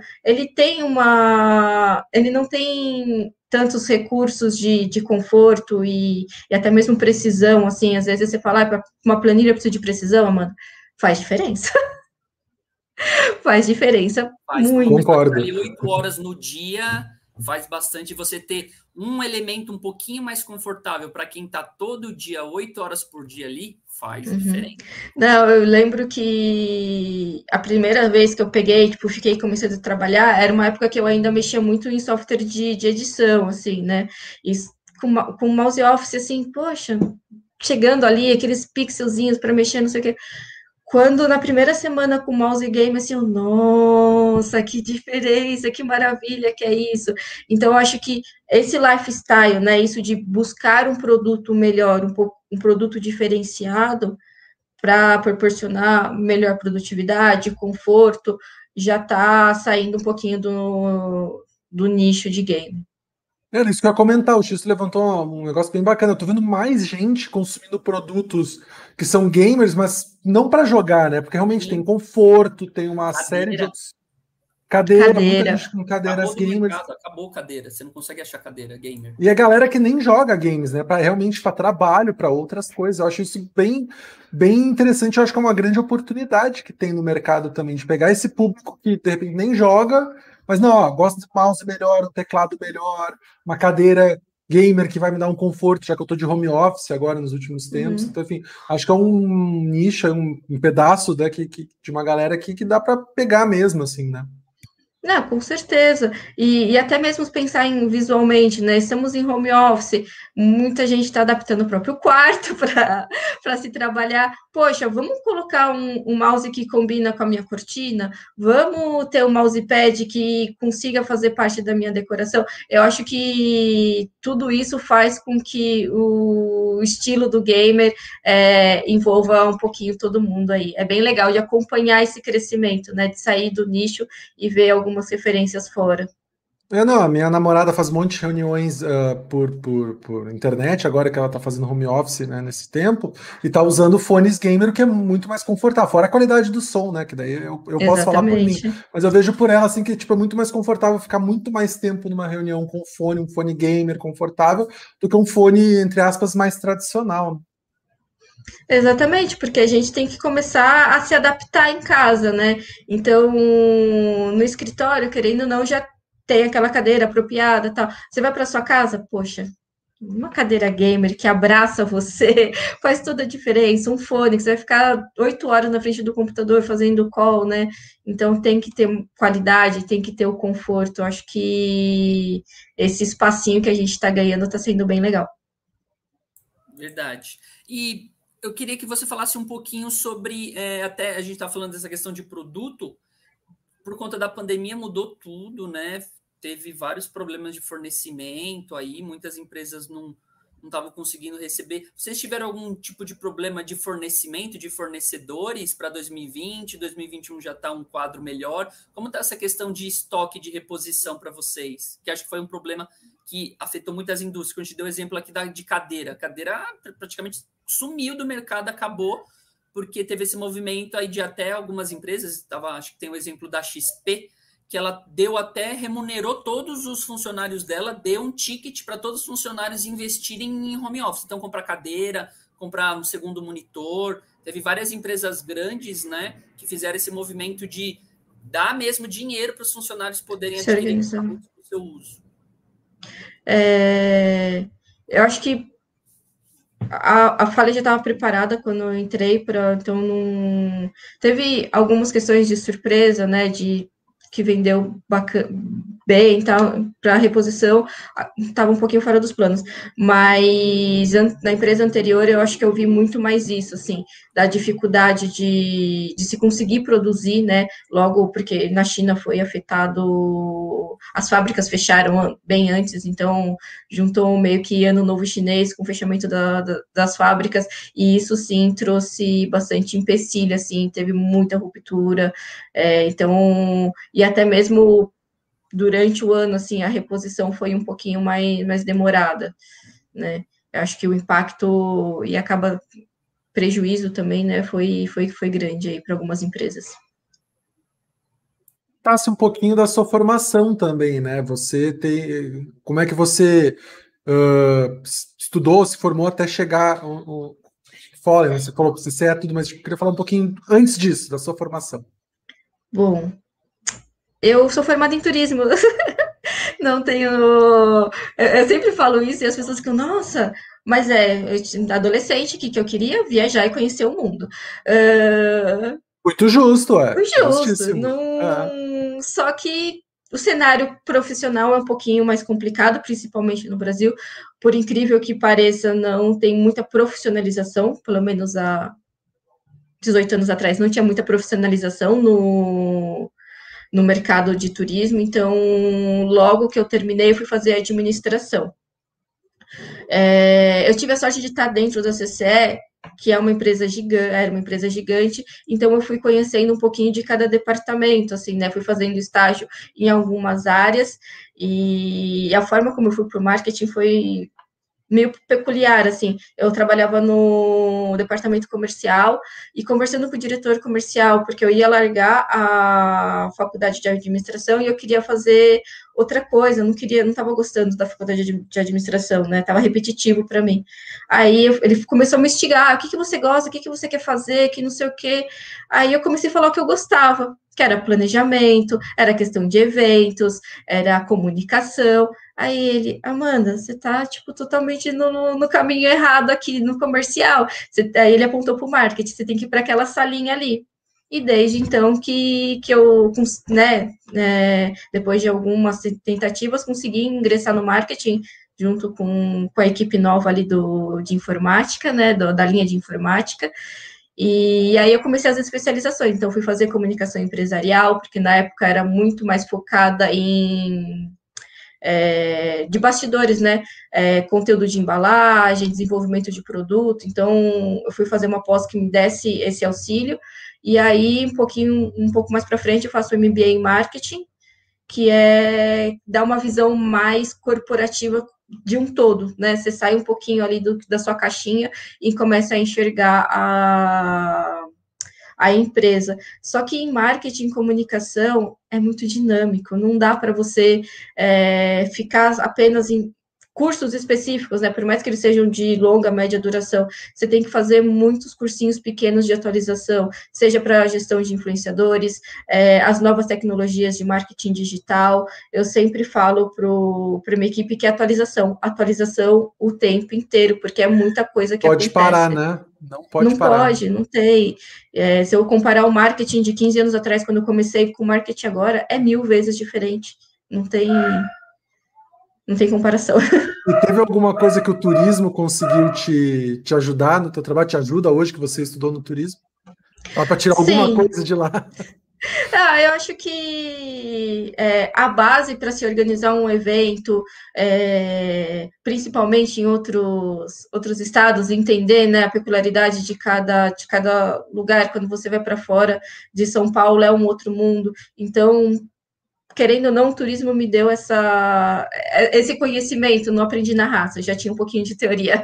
ele não tem tantos recursos de conforto e até mesmo precisão, assim, às vezes você fala, para uma planilha precisa de precisão, Amanda, faz diferença. Faz diferença muito. Concordo. Ali 8 horas no dia faz bastante você ter um elemento um pouquinho mais confortável para quem está todo dia, 8 horas por dia ali, faz diferença. Não, eu lembro que a primeira vez que eu peguei, tipo, fiquei começando a trabalhar, era uma época que eu ainda mexia muito em software de edição, assim, né? E com mouse office, assim, poxa, chegando ali, aqueles pixelzinhos para mexer, não sei o quê. Quando na primeira semana com mouse e game, assim, nossa, que diferença, que maravilha que é isso. Então, eu acho que esse lifestyle, né, isso de buscar um produto melhor, um produto diferenciado para proporcionar melhor produtividade, conforto, já está saindo um pouquinho do nicho de game. Era isso que eu ia comentar. O X levantou um negócio bem bacana. Eu tô vendo mais gente consumindo produtos que são gamers, mas não para jogar, né? Porque realmente tem conforto, tem uma série de outros. Cadeira, muita gente com cadeiras gamers. Acabou cadeira, você não consegue achar cadeira gamer. E a galera que nem joga games, né? Para realmente para trabalho, para outras coisas. Eu acho isso bem, bem interessante. Eu acho que é uma grande oportunidade que tem no mercado também de pegar esse público que de repente nem joga, mas não, ó, gosta de mouse melhor, um teclado melhor, uma cadeira gamer que vai me dar um conforto, já que eu tô de home office agora nos últimos tempos. Então, enfim, acho que é um nicho, um pedaço de uma galera aqui que dá para pegar mesmo, assim, né? Não, com certeza. E até mesmo pensar em visualmente, né? Estamos em home office, muita gente está adaptando o próprio quarto para se trabalhar. Poxa, vamos colocar um mouse que combina com a minha cortina? Vamos ter um mousepad que consiga fazer parte da minha decoração? Eu acho que tudo isso faz com que o estilo do gamer envolva um pouquinho todo mundo aí. É bem legal de acompanhar esse crescimento, né? De sair do nicho e ver algumas referências fora. Não, a minha namorada faz um monte de reuniões por internet, agora que ela tá fazendo home office, né, nesse tempo, e tá usando fones gamer, que é muito mais confortável, fora a qualidade do som, né, que daí eu posso falar por mim, mas eu vejo por ela, assim, que tipo, é muito mais confortável ficar muito mais tempo numa reunião com um fone gamer confortável, do que um fone, entre aspas, mais tradicional. Exatamente, porque a gente tem que começar a se adaptar em casa, né? Então, no escritório, querendo ou não, já tem aquela cadeira apropriada, tal. Você vai para sua casa, poxa, uma cadeira gamer que abraça você faz toda a diferença. Um fone que você vai ficar 8 horas na frente do computador fazendo call, né? Então tem que ter qualidade, tem que ter o conforto. Eu acho que esse espacinho que a gente está ganhando está sendo bem legal. Verdade. E eu queria que você falasse um pouquinho sobre, até a gente está falando dessa questão de produto, por conta da pandemia mudou tudo, né? Teve vários problemas de fornecimento aí, muitas empresas não estavam conseguindo receber. Vocês tiveram algum tipo de problema de fornecimento, de fornecedores para 2020, 2021 já está um quadro melhor? Como está essa questão de estoque de reposição para vocês? Que acho que foi um problema que afetou muitas indústrias. Quando a gente deu exemplo aqui de cadeira. Cadeira praticamente sumiu do mercado, acabou, porque teve esse movimento aí de até algumas empresas, acho que tem o exemplo da XP, que ela remunerou todos os funcionários dela, deu um ticket para todos os funcionários investirem em home office. Então, comprar cadeira, comprar um segundo monitor. Teve várias empresas grandes, né, que fizeram esse movimento de dar mesmo dinheiro para os funcionários poderem adquirir o seu uso. Eu acho que a falha já estava preparada quando eu entrei, então não teve algumas questões de surpresa, né, de que vendeu bem, tal, para reposição, estava um pouquinho fora dos planos, mas na empresa anterior eu acho que eu vi muito mais isso, assim, da dificuldade de se conseguir produzir, né, logo porque na China foi afetado, as fábricas fecharam bem antes, então juntou meio que ano novo chinês com o fechamento das fábricas, e isso sim trouxe bastante empecilho, assim, teve muita ruptura, então, e até mesmo durante o ano, assim, a reposição foi um pouquinho mais demorada, né? Eu acho que o impacto e acaba prejuízo também, né, foi grande aí para algumas empresas. Passe um pouquinho da sua formação também, né? Você tem. Como é que você estudou, se formou até chegar fora, né? Você falou que você é tudo, mas eu queria falar um pouquinho antes disso, da sua formação. Bom, eu sou formada em turismo. Não tenho. Eu sempre falo isso e as pessoas ficam, nossa, mas adolescente, que eu queria viajar e conhecer o mundo. Muito justo, Justo. justíssimo. Não... Só que o cenário profissional é um pouquinho mais complicado, principalmente no Brasil. Por incrível que pareça, não tem muita profissionalização, pelo menos há 18 anos atrás, não tinha muita profissionalização no mercado de turismo, então logo que eu terminei, eu fui fazer administração. Eu tive a sorte de estar dentro da CCE, que é uma empresa gigante, era uma empresa gigante, então eu fui conhecendo um pouquinho de cada departamento, assim, né? Fui fazendo estágio em algumas áreas, e a forma como eu fui para o marketing foi meio peculiar, assim, eu trabalhava no departamento comercial e conversando com o diretor comercial, porque eu ia largar a faculdade de administração e eu queria fazer outra coisa, não estava gostando da faculdade de administração, né, estava repetitivo para mim. Aí ele começou a me instigar, o que você gosta, o que você quer fazer, que não sei o quê. Aí eu comecei a falar o que eu gostava, que era planejamento, era questão de eventos, era comunicação. Aí ele, Amanda, você tá, tipo, totalmente no caminho errado aqui, no comercial. Aí ele apontou para o marketing, você tem que ir para aquela salinha ali. E desde então que eu, né, depois de algumas tentativas, consegui ingressar no marketing junto com a equipe nova ali de informática, né, da linha de informática. E aí eu comecei as especializações, então fui fazer comunicação empresarial, porque na época era muito mais focada de bastidores, né? Conteúdo de embalagem, desenvolvimento de produto. Então, eu fui fazer uma pós que me desse esse auxílio. E aí, um pouco mais para frente, eu faço o MBA em marketing, que dar uma visão mais corporativa de um todo, né? Você sai um pouquinho ali da sua caixinha e começa a enxergar a empresa. Só que em marketing e comunicação é muito dinâmico, não dá para você ficar apenas em cursos específicos, né? Por mais que eles sejam de longa, média duração, você tem que fazer muitos cursinhos pequenos de atualização, seja para gestão de influenciadores, as novas tecnologias de marketing digital. Eu sempre falo para minha equipe que é atualização o tempo inteiro, porque é muita coisa que pode acontece. Parar, né? Não pode parar. Pode, não tem. Se eu comparar o marketing de 15 anos atrás, quando eu comecei com o marketing agora, é 1000 vezes diferente. Não tem comparação. E teve alguma coisa que o turismo conseguiu te ajudar no teu trabalho? Te ajuda hoje que você estudou no turismo? Dá para tirar alguma coisa de lá? Eu acho que a base para se organizar um evento, principalmente em outros estados, entender, né, a peculiaridade de cada lugar. Quando você vai para fora de São Paulo, é um outro mundo. Então, querendo ou não, o turismo me deu esse conhecimento. Não aprendi na raça, já tinha um pouquinho de teoria.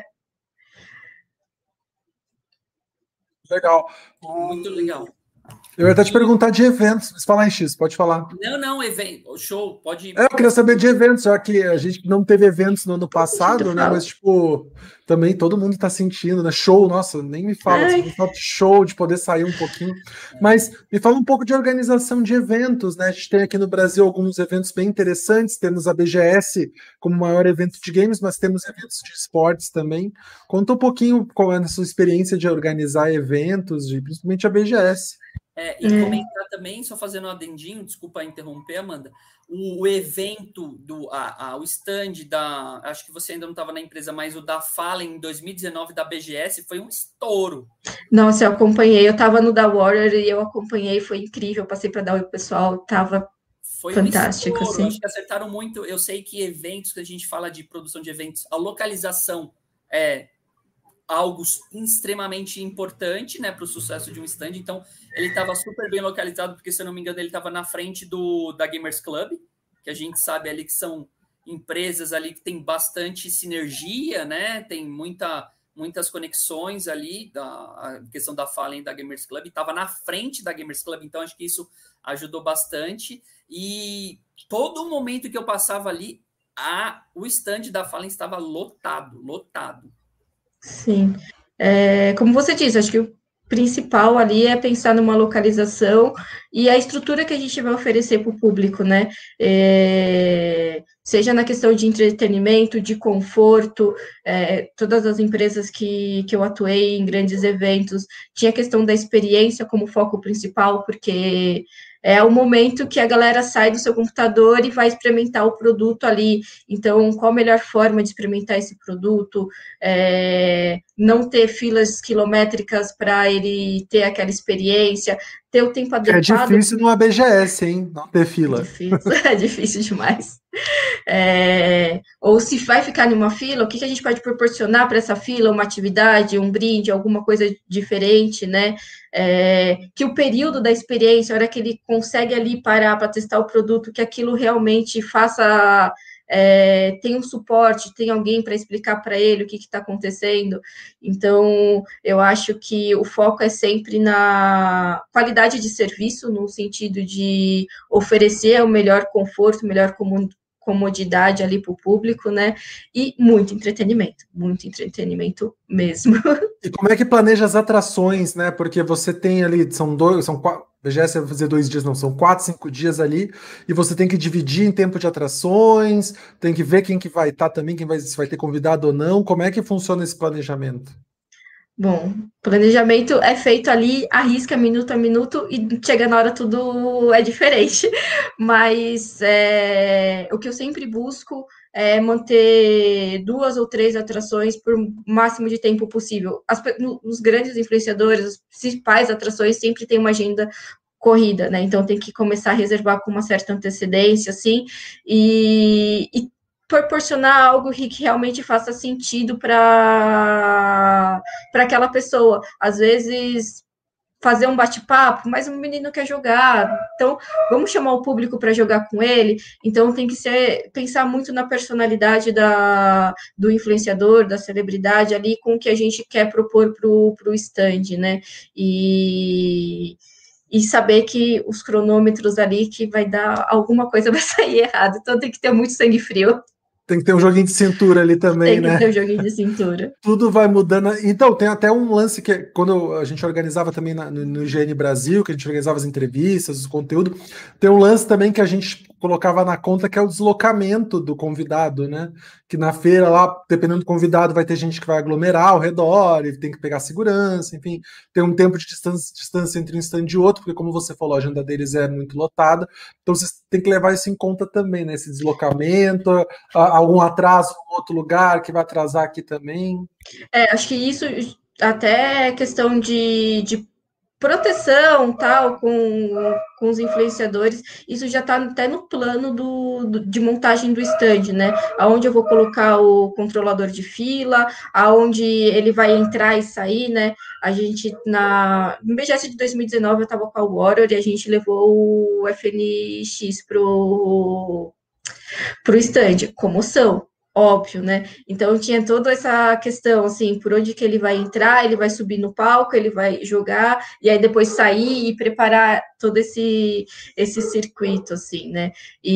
Legal. Muito legal. Eu ia até te perguntar de eventos, mas falar em X, pode falar. Não, evento, show, pode ir. Eu queria saber de eventos, já que a gente não teve eventos no ano passado, né? Mas, tipo, também todo mundo tá sentindo, né? Show, nossa, nem me fala, me fala de show, de poder sair um pouquinho. Mas me fala um pouco de organização de eventos, né? A gente tem aqui no Brasil alguns eventos bem interessantes, temos a BGS como maior evento de games, mas temos eventos de esportes também. Conta um pouquinho qual é a sua experiência de organizar eventos, principalmente a BGS. E comentar também, só fazendo um adendinho, desculpa interromper, Amanda, o evento, o stand acho que você ainda não estava na empresa, mas o da Fallen em 2019 da BGS foi um estouro. Nossa, eu acompanhei, eu estava no da Warrior e eu acompanhei, foi incrível, eu passei para dar o pessoal, estava fantástico. Um estouro, assim. Acho que acertaram muito, eu sei que eventos, que a gente fala de produção de eventos, a localização é algo extremamente importante, né, para o sucesso de um stand. Então, ele estava super bem localizado, porque, se eu não me engano, ele estava na frente da Gamers Club, que a gente sabe ali que são empresas ali que tem bastante sinergia, né? Tem muitas conexões ali, a questão da Fallen da Gamers Club, estava na frente da Gamers Club, então acho que isso ajudou bastante. E todo momento que eu passava ali, o stand da Fallen estava lotado. Sim. Como você disse, acho que o principal ali é pensar numa localização e a estrutura que a gente vai oferecer para o público, né? Seja na questão de entretenimento, de conforto, todas as empresas que eu atuei em grandes eventos, tinha a questão da experiência como foco principal, porque é o momento que a galera sai do seu computador e vai experimentar o produto ali. Então, qual a melhor forma de experimentar esse produto? Não ter filas quilométricas para ele ter aquela experiência, ter o tempo adequado. É difícil no BGS, hein? Não ter fila. É difícil demais. Ou se vai ficar numa fila, o que a gente pode proporcionar para essa fila? Uma atividade, um brinde, alguma coisa diferente, né? Que o período da experiência, a hora que ele consegue ali parar para testar o produto, que aquilo realmente faça... tem um suporte, tem alguém para explicar para ele o que está acontecendo. Então, eu acho que o foco é sempre na qualidade de serviço, no sentido de oferecer o melhor conforto, melhor comodidade ali para o público, né? E muito entretenimento mesmo. E como é que planeja as atrações, né? Porque você tem ali, são quatro, BGS vai fazer 2 dias, não, são 4, 5 dias ali, e você tem que dividir em tempo de atrações, tem que ver quem que vai estar também, se vai ter convidado ou não. Como é que funciona esse planejamento? Bom, planejamento é feito ali, arrisca minuto a minuto, e chega na hora tudo é diferente. Mas o que eu sempre busco é manter 2 ou 3 atrações por máximo de tempo possível. Os grandes influenciadores, as principais atrações, sempre tem uma agenda corrida, né? Então tem que começar a reservar com uma certa antecedência, assim, e proporcionar algo que realmente faça sentido para aquela pessoa. Às vezes, fazer um bate-papo, mas o menino quer jogar, então vamos chamar o público para jogar com ele. Então tem que pensar muito na personalidade do influenciador, da celebridade ali, com o que a gente quer propor para o stand, né? E saber que os cronômetros ali, que vai dar alguma coisa, vai sair errado. Então tem que ter muito sangue frio. Tem que ter um joguinho de cintura ali também, né? Tem que ter um joguinho de cintura. Tudo vai mudando. Então, tem até um lance que, quando a gente organizava também no IGN Brasil, que a gente organizava as entrevistas, o conteúdo, tem um lance também que a gente colocava na conta, que é o deslocamento do convidado, né? Que na feira lá, dependendo do convidado, vai ter gente que vai aglomerar ao redor, ele tem que pegar segurança, enfim, tem um tempo de distância entre um stand e outro, porque como você falou, a agenda deles é muito lotada, então vocês têm que levar isso em conta também, né? Esse deslocamento, algum atraso em outro lugar que vai atrasar aqui também. Acho que isso até é questão de proteção, tal, com os influenciadores, isso já está até no plano de montagem do stand, né? Aonde eu vou colocar o controlador de fila, aonde ele vai entrar e sair, né? A gente, no BGS de 2019, eu estava com a Warrior e a gente levou o FNX pro stand, comoção. Óbvio, né? Então tinha toda essa questão, assim, por onde que ele vai entrar, ele vai subir no palco, ele vai jogar, e aí depois sair e preparar todo esse circuito, assim, né?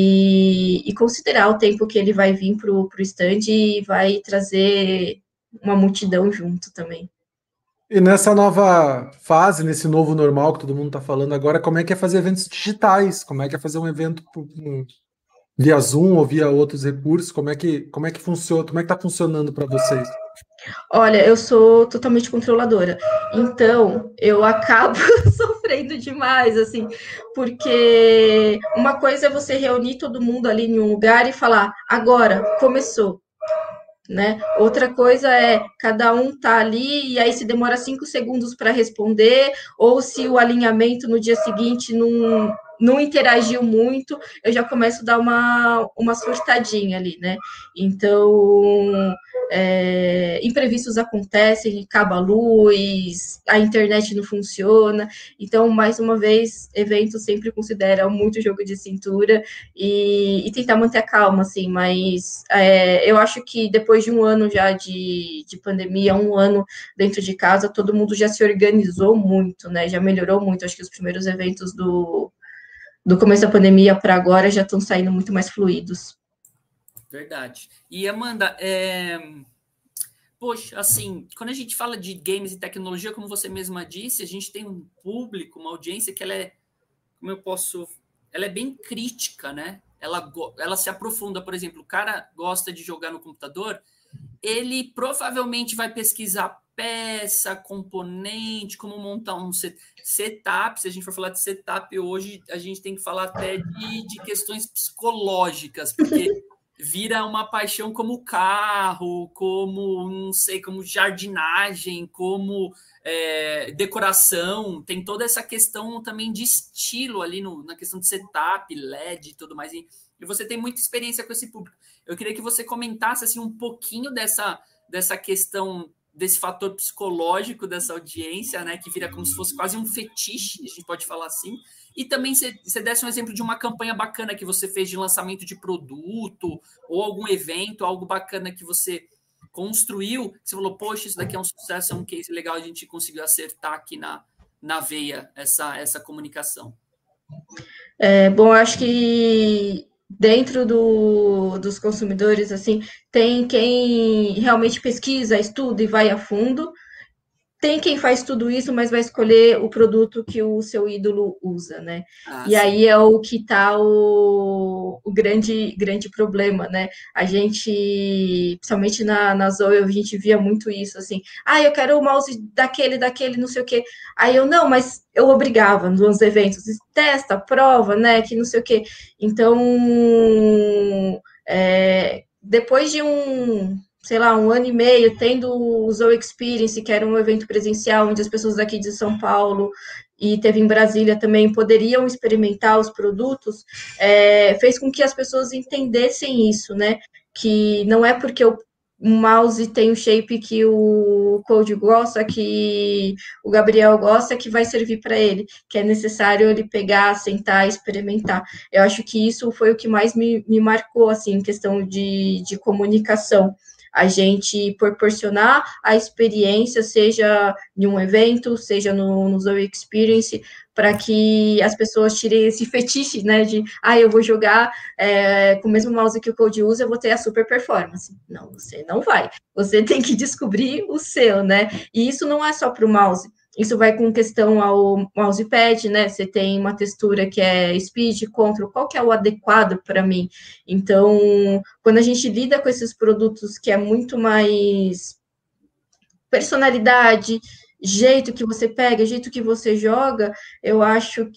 E considerar o tempo que ele vai vir pro stand e vai trazer uma multidão junto também. E nessa nova fase, nesse novo normal que todo mundo está falando agora, como é que é fazer eventos digitais? Como é que é fazer um evento via Zoom ou via outros recursos? Como é que funciona? Como é que está funcionando para vocês? Olha, eu sou totalmente controladora, então eu acabo sofrendo demais, assim, porque uma coisa é você reunir todo mundo ali em um lugar e falar, agora, começou, né? Outra coisa é cada um tá ali e aí se demora 5 segundos para responder, ou se o alinhamento no dia seguinte não interagiu muito, eu já começo a dar uma surtadinha ali, né? Então, imprevistos acontecem, acaba a luz, a internet não funciona. Então, mais uma vez, evento sempre considera muito jogo de cintura e tentar manter a calma, assim, mas eu acho que depois de um ano já de pandemia, um ano dentro de casa, todo mundo já se organizou muito, né? Já melhorou muito. Acho que os primeiros eventos do começo da pandemia para agora já estão saindo muito mais fluidos. Verdade. E Amanda, poxa, assim, quando a gente fala de games e tecnologia, como você mesma disse, a gente tem um público, uma audiência que ela é, ela é bem crítica, né? Ela se aprofunda, por exemplo, o cara gosta de jogar no computador, ele provavelmente vai pesquisar peça, componente, como montar um setup. Se a gente for falar de setup hoje, a gente tem que falar até de questões psicológicas, porque vira uma paixão como carro, como, não sei, como jardinagem, como decoração. Tem toda essa questão também de estilo ali na questão de setup, LED e tudo mais. E você tem muita experiência com esse público. Eu queria que você comentasse assim, um pouquinho dessa questão, desse fator psicológico dessa audiência, né, que vira como se fosse quase um fetiche, a gente pode falar assim. E também você desse um exemplo de uma campanha bacana que você fez de lançamento de produto, ou algum evento, algo bacana que você construiu, que você falou, poxa, isso daqui é um sucesso, é um case legal, a gente conseguiu acertar aqui na veia essa comunicação. Bom, eu acho que dentro dos consumidores, assim, tem quem realmente pesquisa, estuda e vai a fundo. Tem quem faz tudo isso, mas vai escolher o produto que o seu ídolo usa, né? E sim. aí é o que está o grande problema, né? A gente, principalmente na Zoe, a gente via muito isso, assim, eu quero o mouse daquele, não sei o quê. Aí eu, não, mas eu obrigava nos eventos, testa, prova, né, que não sei o quê. Então, depois de sei lá, um ano e meio, tendo o Zoe Experience, que era um evento presencial, onde as pessoas daqui de São Paulo e teve em Brasília também poderiam experimentar os produtos, fez com que as pessoas entendessem isso, né? Que não é porque o mouse tem o shape que o Code gosta, que o Gabriel gosta, que vai servir para ele, que é necessário ele pegar, sentar, experimentar. Eu acho que isso foi o que mais me marcou, assim, em questão de comunicação. A gente proporcionar a experiência, seja em um evento, seja no Zoe Experience, para que as pessoas tirem esse fetiche, né, de, eu vou jogar com o mesmo mouse que o Code usa, eu vou ter a super performance. Não, você não vai. Você tem que descobrir o seu, né? E isso não é só para o mouse. Isso vai com questão ao mousepad, né? Você tem uma textura que é speed, control, qual que é o adequado para mim? Então, quando a gente lida com esses produtos que é muito mais personalidade, jeito que você pega, jeito que você joga, eu acho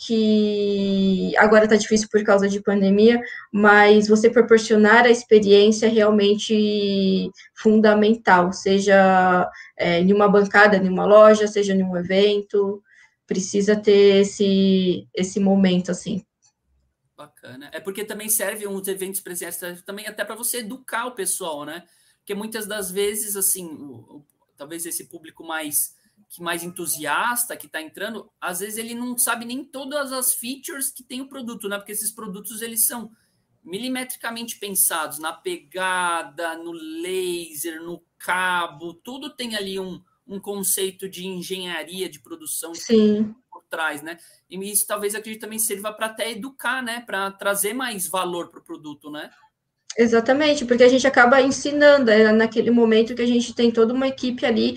que agora tá difícil por causa de pandemia, mas você proporcionar a experiência é realmente fundamental, seja em uma bancada, em uma loja, seja em um evento, precisa ter esse momento, assim. Bacana. É porque também serve uns eventos presenciais também até para você educar o pessoal, né? Porque muitas das vezes, assim, talvez esse público mais entusiasta que está entrando, às vezes ele não sabe nem todas as features que tem o produto, né? Porque esses produtos eles são milimetricamente pensados na pegada, no laser, no cabo, tudo tem ali um conceito de engenharia de produção. Sim. Por trás, né? E isso talvez acredito também sirva para até educar, né? Para trazer mais valor para o produto, né? Exatamente, porque a gente acaba ensinando, naquele momento que a gente tem toda uma equipe ali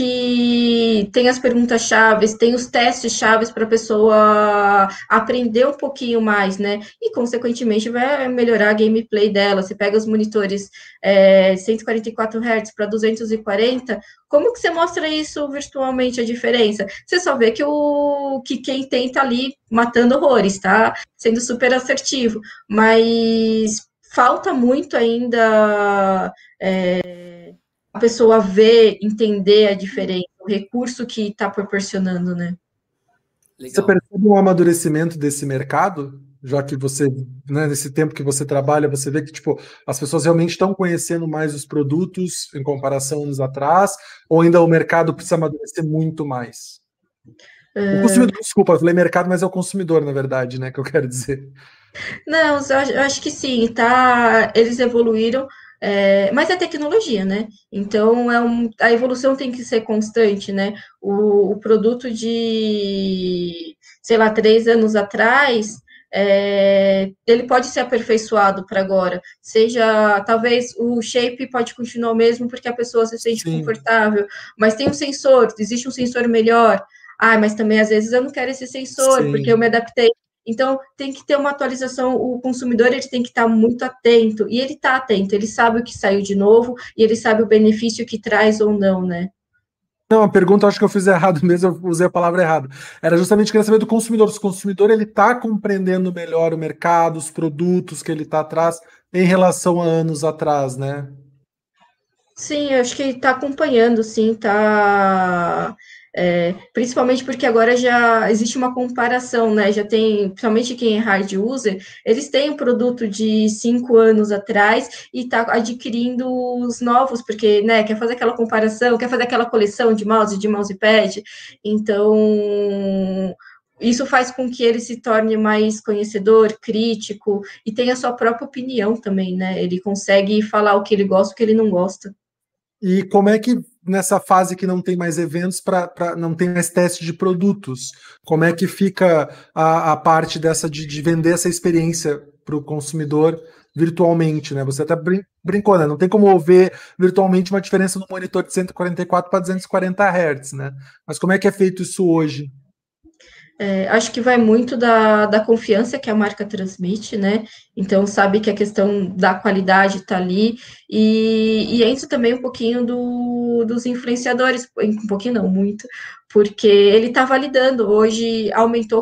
que tem as perguntas chaves, tem os testes chaves para a pessoa aprender um pouquinho mais, né? E, consequentemente, vai melhorar a gameplay dela. Você pega os monitores 144 Hz para 240, como que você mostra isso virtualmente, a diferença? Você só vê que quem tem tá ali matando horrores, tá? Sendo super assertivo, mas falta muito ainda a pessoa ver, entender a diferença, o recurso que está proporcionando, né? Você percebe um amadurecimento desse mercado? Já que você, né, nesse tempo que você trabalha, você vê que tipo, as pessoas realmente estão conhecendo mais os produtos em comparação a anos atrás, ou ainda o mercado precisa amadurecer muito mais? O consumidor, desculpa, eu falei mercado, mas é o consumidor, na verdade, né, que eu quero dizer. Não, eu acho que sim, tá? Eles evoluíram, mas é tecnologia, né? Então a evolução tem que ser constante, né? O produto de, sei lá, 3 anos atrás, ele pode ser aperfeiçoado para agora. Seja, talvez o shape pode continuar o mesmo porque a pessoa se sente Sim, confortável, mas tem um sensor, existe um sensor melhor. Ah, mas também às vezes eu não quero esse sensor porque eu sim. me adaptei. Então, tem que ter uma atualização, o consumidor ele tem que estar muito atento, e ele está atento, ele sabe o que saiu de novo, e ele sabe o benefício que traz ou não, né? Não, a pergunta eu acho que eu fiz errado mesmo, eu usei a palavra errada. Era justamente querer saber do consumidor. Se o consumidor ele está compreendendo melhor o mercado, os produtos que ele está atrás em relação a anos atrás, né? Sim, eu acho que está acompanhando, sim, tá. Principalmente porque agora já existe uma comparação, né? Já tem, principalmente quem é hard user, eles têm um produto de 5 anos atrás e está adquirindo os novos, porque, né, quer fazer aquela comparação, quer fazer aquela coleção de mouse, de mousepad. Então, isso faz com que ele se torne mais conhecedor, crítico e tenha a sua própria opinião também, né? Ele consegue falar o que ele gosta, o que ele não gosta. E como é que nessa fase que não tem mais eventos, não tem mais teste de produtos, como é que fica a parte dessa de vender essa experiência para o consumidor virtualmente, né? Você até brincou, né? Não tem como ver virtualmente uma diferença no monitor de 144 para 240 Hz, né? Mas como é que é feito isso hoje? Acho que vai muito da confiança que a marca transmite, né? Então, sabe que a questão da qualidade está ali, e entra também um pouquinho dos influenciadores, um pouquinho não, muito, porque ele está validando. Hoje aumentou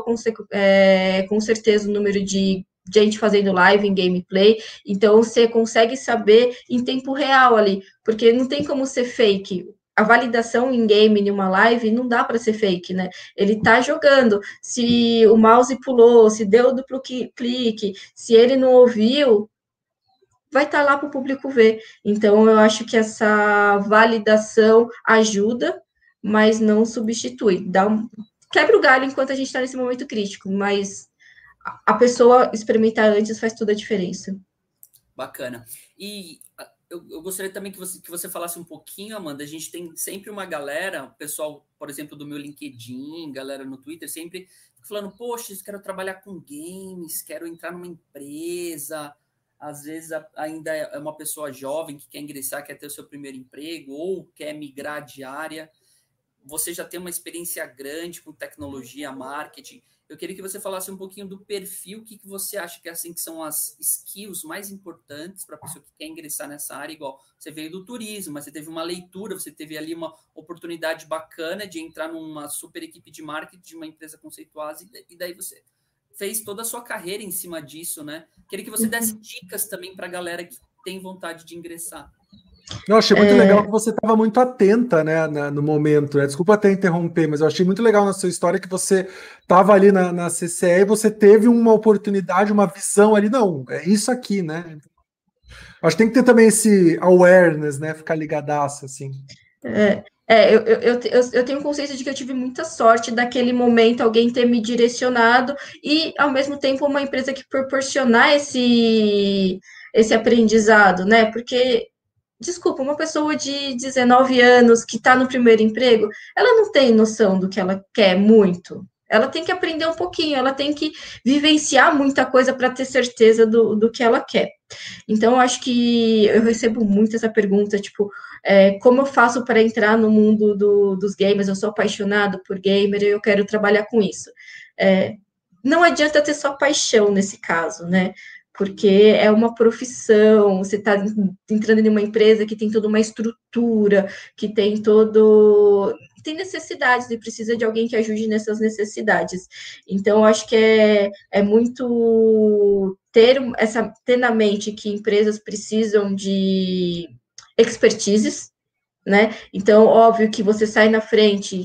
com certeza o número de gente fazendo live em gameplay, então você consegue saber em tempo real ali, porque não tem como ser fake. A validação em game, em uma live, não dá para ser fake, né? Ele tá jogando. Se o mouse pulou, se deu duplo clique, se ele não ouviu, vai estar lá para o público ver. Então, eu acho que essa validação ajuda, mas não substitui. Quebra o galho enquanto a gente está nesse momento crítico, mas a pessoa experimentar antes faz toda a diferença. Bacana. E eu gostaria também que você falasse um pouquinho, Amanda. A gente tem sempre uma galera, pessoal, por exemplo, do meu LinkedIn, galera no Twitter, sempre falando, poxa, eu quero trabalhar com games, quero entrar numa empresa. Às vezes ainda é uma pessoa jovem que quer ingressar, quer ter o seu primeiro emprego, ou quer migrar de área. Você já tem uma experiência grande com tecnologia, marketing. Eu queria que você falasse um pouquinho do perfil, o que você acha que, assim, que são as skills mais importantes para a pessoa que quer ingressar nessa área, igual você veio do turismo, mas você teve uma leitura, você teve ali uma oportunidade bacana de entrar numa super equipe de marketing de uma empresa conceituosa, e daí você fez toda a sua carreira em cima disso, né? Queria que você desse dicas também para a galera que tem vontade de ingressar. Eu achei muito legal que você estava muito atenta, né, no momento, né? Desculpa até interromper, mas eu achei muito legal na sua história que você estava ali na CCE e você teve uma oportunidade, uma visão ali, não, é isso aqui, né? Acho que tem que ter também esse awareness, né? Ficar ligadaço, assim. Eu tenho consciência de que eu tive muita sorte daquele momento alguém ter me direcionado e, ao mesmo tempo, uma empresa que proporcionar esse aprendizado, né? Porque desculpa, uma pessoa de 19 anos que está no primeiro emprego, ela não tem noção do que ela quer muito. Ela tem que aprender um pouquinho, ela tem que vivenciar muita coisa para ter certeza do que ela quer. Então, eu acho que eu recebo muito essa pergunta, tipo, como eu faço para entrar no mundo dos gamers? Eu sou apaixonado por gamer e eu quero trabalhar com isso. Não adianta ter só paixão nesse caso, né? Porque é uma profissão, você está entrando em uma empresa que tem toda uma estrutura, que tem tem necessidades e precisa de alguém que ajude nessas necessidades. Então, acho que é muito ter na mente que empresas precisam de expertises, né? Então, óbvio que você sai na frente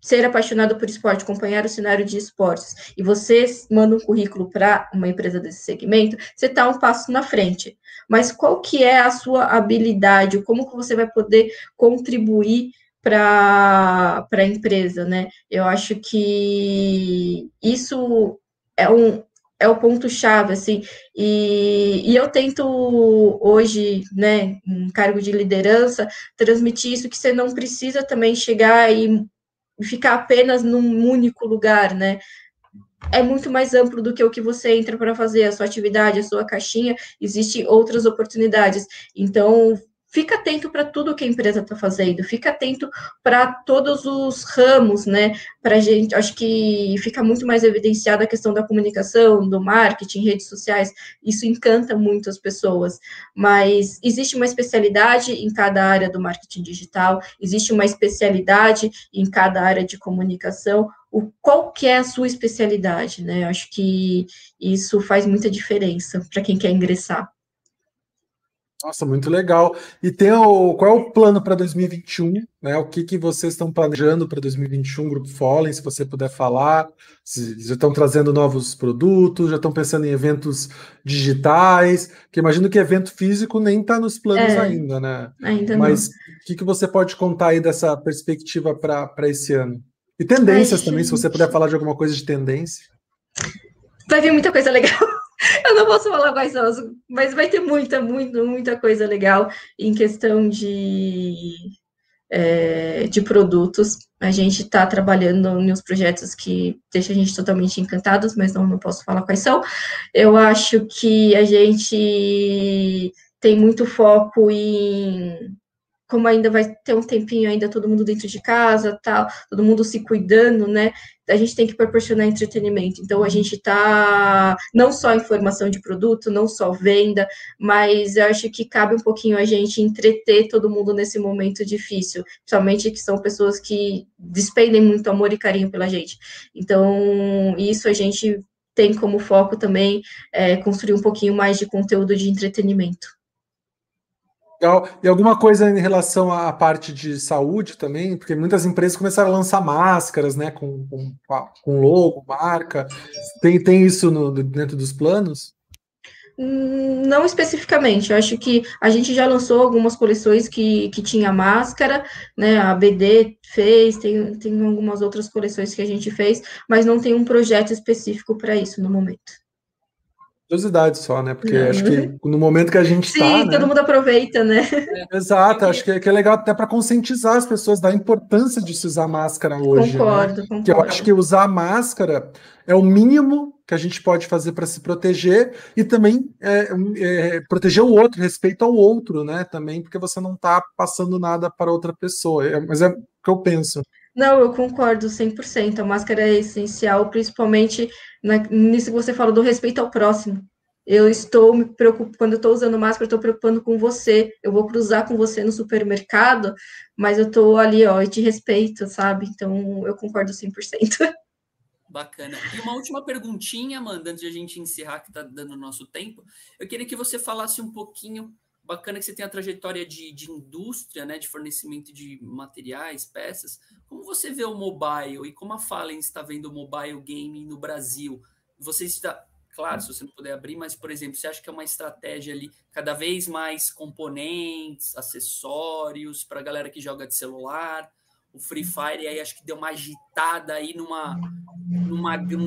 ser apaixonado por esporte, acompanhar o cenário de esportes, e você manda um currículo para uma empresa desse segmento, você está um passo na frente. Mas qual que é a sua habilidade? Como que você vai poder contribuir para a empresa, né? Eu acho que isso é o ponto-chave, assim, e eu tento hoje, né, em cargo de liderança, transmitir isso, que você não precisa também chegar e ficar apenas num único lugar, né? É muito mais amplo do que o que você entra para fazer, a sua atividade, a sua caixinha, existem outras oportunidades. Então, fica atento para tudo que a empresa está fazendo, fica atento para todos os ramos, né? Para a gente, acho que fica muito mais evidenciada a questão da comunicação, do marketing, redes sociais, isso encanta muito as pessoas, mas existe uma especialidade em cada área do marketing digital, existe uma especialidade em cada área de comunicação, qual que é a sua especialidade, né? Eu acho que isso faz muita diferença para quem quer ingressar. Nossa, muito legal. E qual é o plano para 2021, né? O que vocês estão planejando para 2021, Grupo Fallen, se você puder falar, se já estão trazendo novos produtos, já estão pensando em eventos digitais, que imagino que evento físico nem está nos planos ainda, né? Ainda Mas não. o que você pode contar aí dessa perspectiva para esse ano? E tendências também, se você puder falar de alguma coisa de tendência. Vai vir muita coisa legal. Eu não posso falar quais são, mas vai ter muita coisa legal em questão de produtos. A gente está trabalhando em uns projetos que deixam a gente totalmente encantados, mas não posso falar quais são. Eu acho que a gente tem muito foco em, como ainda vai ter um tempinho ainda todo mundo dentro de casa, tal, todo mundo se cuidando, né? A gente tem que proporcionar entretenimento. Então, a gente está não só informação de produto, não só venda, mas eu acho que cabe um pouquinho a gente entreter todo mundo nesse momento difícil, principalmente que são pessoas que despendem muito amor e carinho pela gente. Então, isso a gente tem como foco também construir um pouquinho mais de conteúdo de entretenimento. Legal. E alguma coisa em relação à parte de saúde também? Porque muitas empresas começaram a lançar máscaras, né? Com logo, marca. Tem isso dentro dos planos? Não especificamente, eu acho que a gente já lançou algumas coleções que tinha máscara, né? A BD fez, tem algumas outras coleções que a gente fez, mas não tem um projeto específico para isso no momento. Curiosidade só, né? Porque Não. acho que no momento que a gente está, Sim, né? todo mundo aproveita, né? Exato, acho que é legal até para conscientizar as pessoas da importância de se usar máscara hoje, né? Concordo. Que eu acho que usar máscara é o mínimo que a gente pode fazer para se proteger e também proteger o outro, respeito ao outro, né? Também, porque você não está passando nada para outra pessoa. Mas é o que eu penso. Não, eu concordo 100%. A máscara é essencial, principalmente nisso que você falou do respeito ao próximo. Eu estou me preocupando, quando eu estou usando máscara, eu estou preocupando com você. Eu vou cruzar com você no supermercado, mas eu estou ali, ó, e te respeito, sabe? Então, eu concordo 100%. Bacana. E uma última perguntinha, Amanda, antes de a gente encerrar, que está dando o nosso tempo. Eu queria que você falasse um pouquinho. Bacana que você tem a trajetória de indústria, né, de fornecimento de materiais, peças. Como você vê o mobile e como a Fallen está vendo o mobile gaming no Brasil? Você está, claro, se você não puder abrir, mas, por exemplo, você acha que é uma estratégia ali, cada vez mais componentes, acessórios para a galera que joga de celular? O Free Fire aí acho que deu uma agitada aí um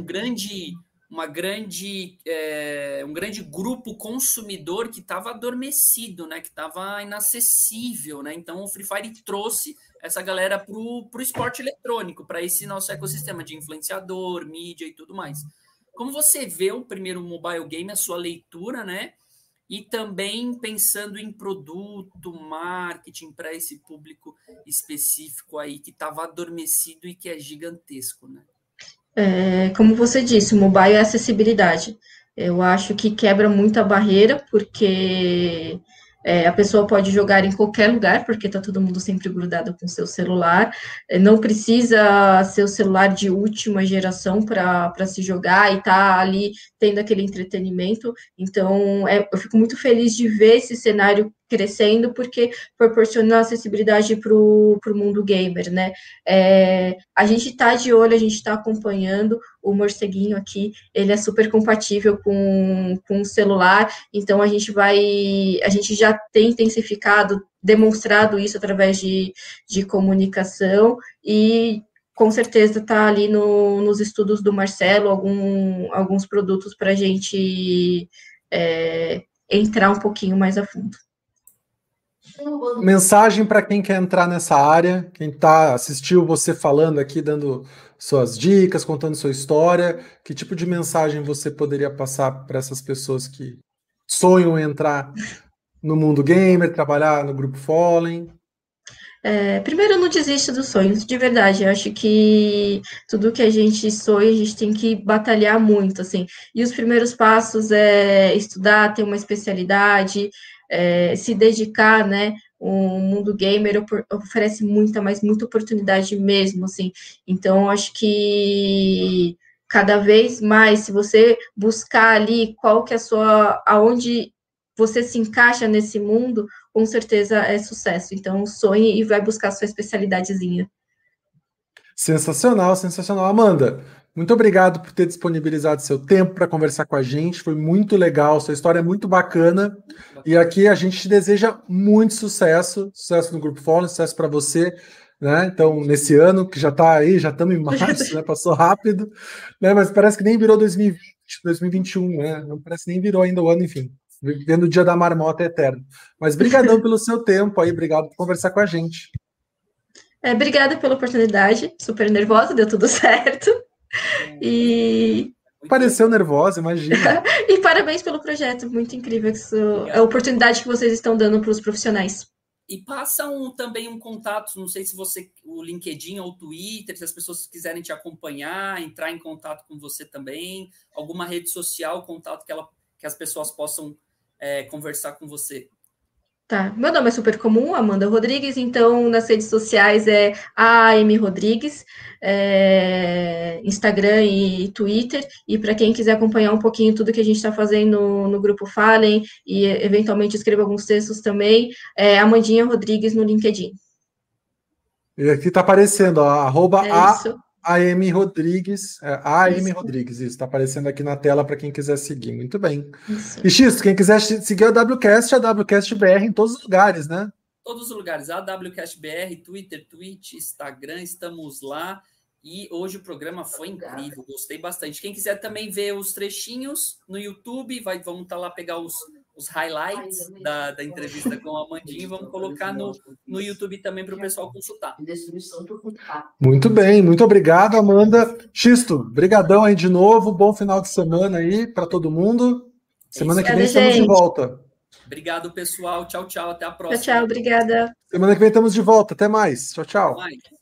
grande grupo consumidor que estava adormecido, né? Que estava inacessível, né? Então o Free Fire trouxe essa galera para o esporte eletrônico, para esse nosso ecossistema de influenciador, mídia e tudo mais. Como você vê o primeiro mobile game, a sua leitura, né? E também pensando em produto, marketing para esse público específico aí que estava adormecido e que é gigantesco, né? Como você disse, o mobile é acessibilidade. Eu acho que quebra muito a barreira, porque a pessoa pode jogar em qualquer lugar, porque está todo mundo sempre grudado com o seu celular. Não precisa ser o celular de última geração para se jogar e estar ali tendo aquele entretenimento. Então, eu fico muito feliz de ver esse cenário crescendo, porque proporciona acessibilidade para o mundo gamer, né? A gente está de olho, a gente está acompanhando o morceguinho aqui, ele é super compatível com o celular, então a gente já tem intensificado, demonstrado isso através de comunicação, e com certeza está ali nos estudos do Marcelo, alguns produtos para a gente entrar um pouquinho mais a fundo. Mensagem para quem quer entrar nessa área, quem assistiu você falando aqui, dando suas dicas, contando sua história, que tipo de mensagem você poderia passar para essas pessoas que sonham em entrar no mundo gamer, trabalhar no Grupo Fallen? Primeiro, não desista dos sonhos, de verdade. Eu acho que tudo que a gente sonha, a gente tem que batalhar muito, assim. E os primeiros passos é estudar, ter uma especialidade, se dedicar, né? O mundo gamer oferece muita oportunidade mesmo, assim. Então, acho que cada vez mais, se você buscar ali qual que é aonde você se encaixa nesse mundo, com certeza é sucesso. Então, sonhe e vai buscar sua especialidadezinha. Sensacional, sensacional. Amanda, muito obrigado por ter disponibilizado seu tempo para conversar com a gente. Foi muito legal, sua história é muito bacana. E aqui a gente te deseja muito sucesso, sucesso no Grupo Fallen, sucesso para você, né? Então, nesse ano, que já está aí, já estamos em março, né? Passou rápido, né? Mas parece que nem virou 2020, 2021, né? Não parece que nem virou ainda o ano, enfim. Vivendo o dia da marmota eterno. Mas brigadão pelo seu tempo aí, obrigado por conversar com a gente. Obrigada pela oportunidade, super nervosa, deu tudo certo. E pareceu nervosa, imagina. E parabéns pelo projeto, muito incrível. Isso é a oportunidade que vocês estão dando para os profissionais. E passa também um contato, não sei se você, o LinkedIn ou o Twitter, se as pessoas quiserem te acompanhar, entrar em contato com você também, alguma rede social, contato que as pessoas possam conversar com você. Tá, meu nome é super comum, Amanda Rodrigues, então nas redes sociais é AM Rodrigues, Instagram e Twitter, e para quem quiser acompanhar um pouquinho tudo que a gente está fazendo no Grupo Fallen e eventualmente escrever alguns textos também, Amandinha Rodrigues no LinkedIn. E aqui está aparecendo, ó, isso. AM Rodrigues, AM Rodrigues, isso, está aparecendo aqui na tela para quem quiser seguir, muito bem. Isso. E X, quem quiser seguir a WCast BR em todos os lugares, né? Todos os lugares, a WCast BR, Twitter, Twitch, Instagram, estamos lá. E hoje o programa foi incrível, gostei bastante. Quem quiser também ver os trechinhos no YouTube, vamos estar lá pegar os highlights da entrevista com a Amandinha e vamos colocar no YouTube também para o pessoal consultar. Muito bem, muito obrigado, Amanda. Xisto, brigadão aí de novo, bom final de semana aí para todo mundo. Semana que vem estamos de volta. Obrigado, pessoal. Tchau, tchau. Até a próxima. Tchau, obrigada. Semana que vem estamos de volta. Até mais. Tchau, tchau. Até mais.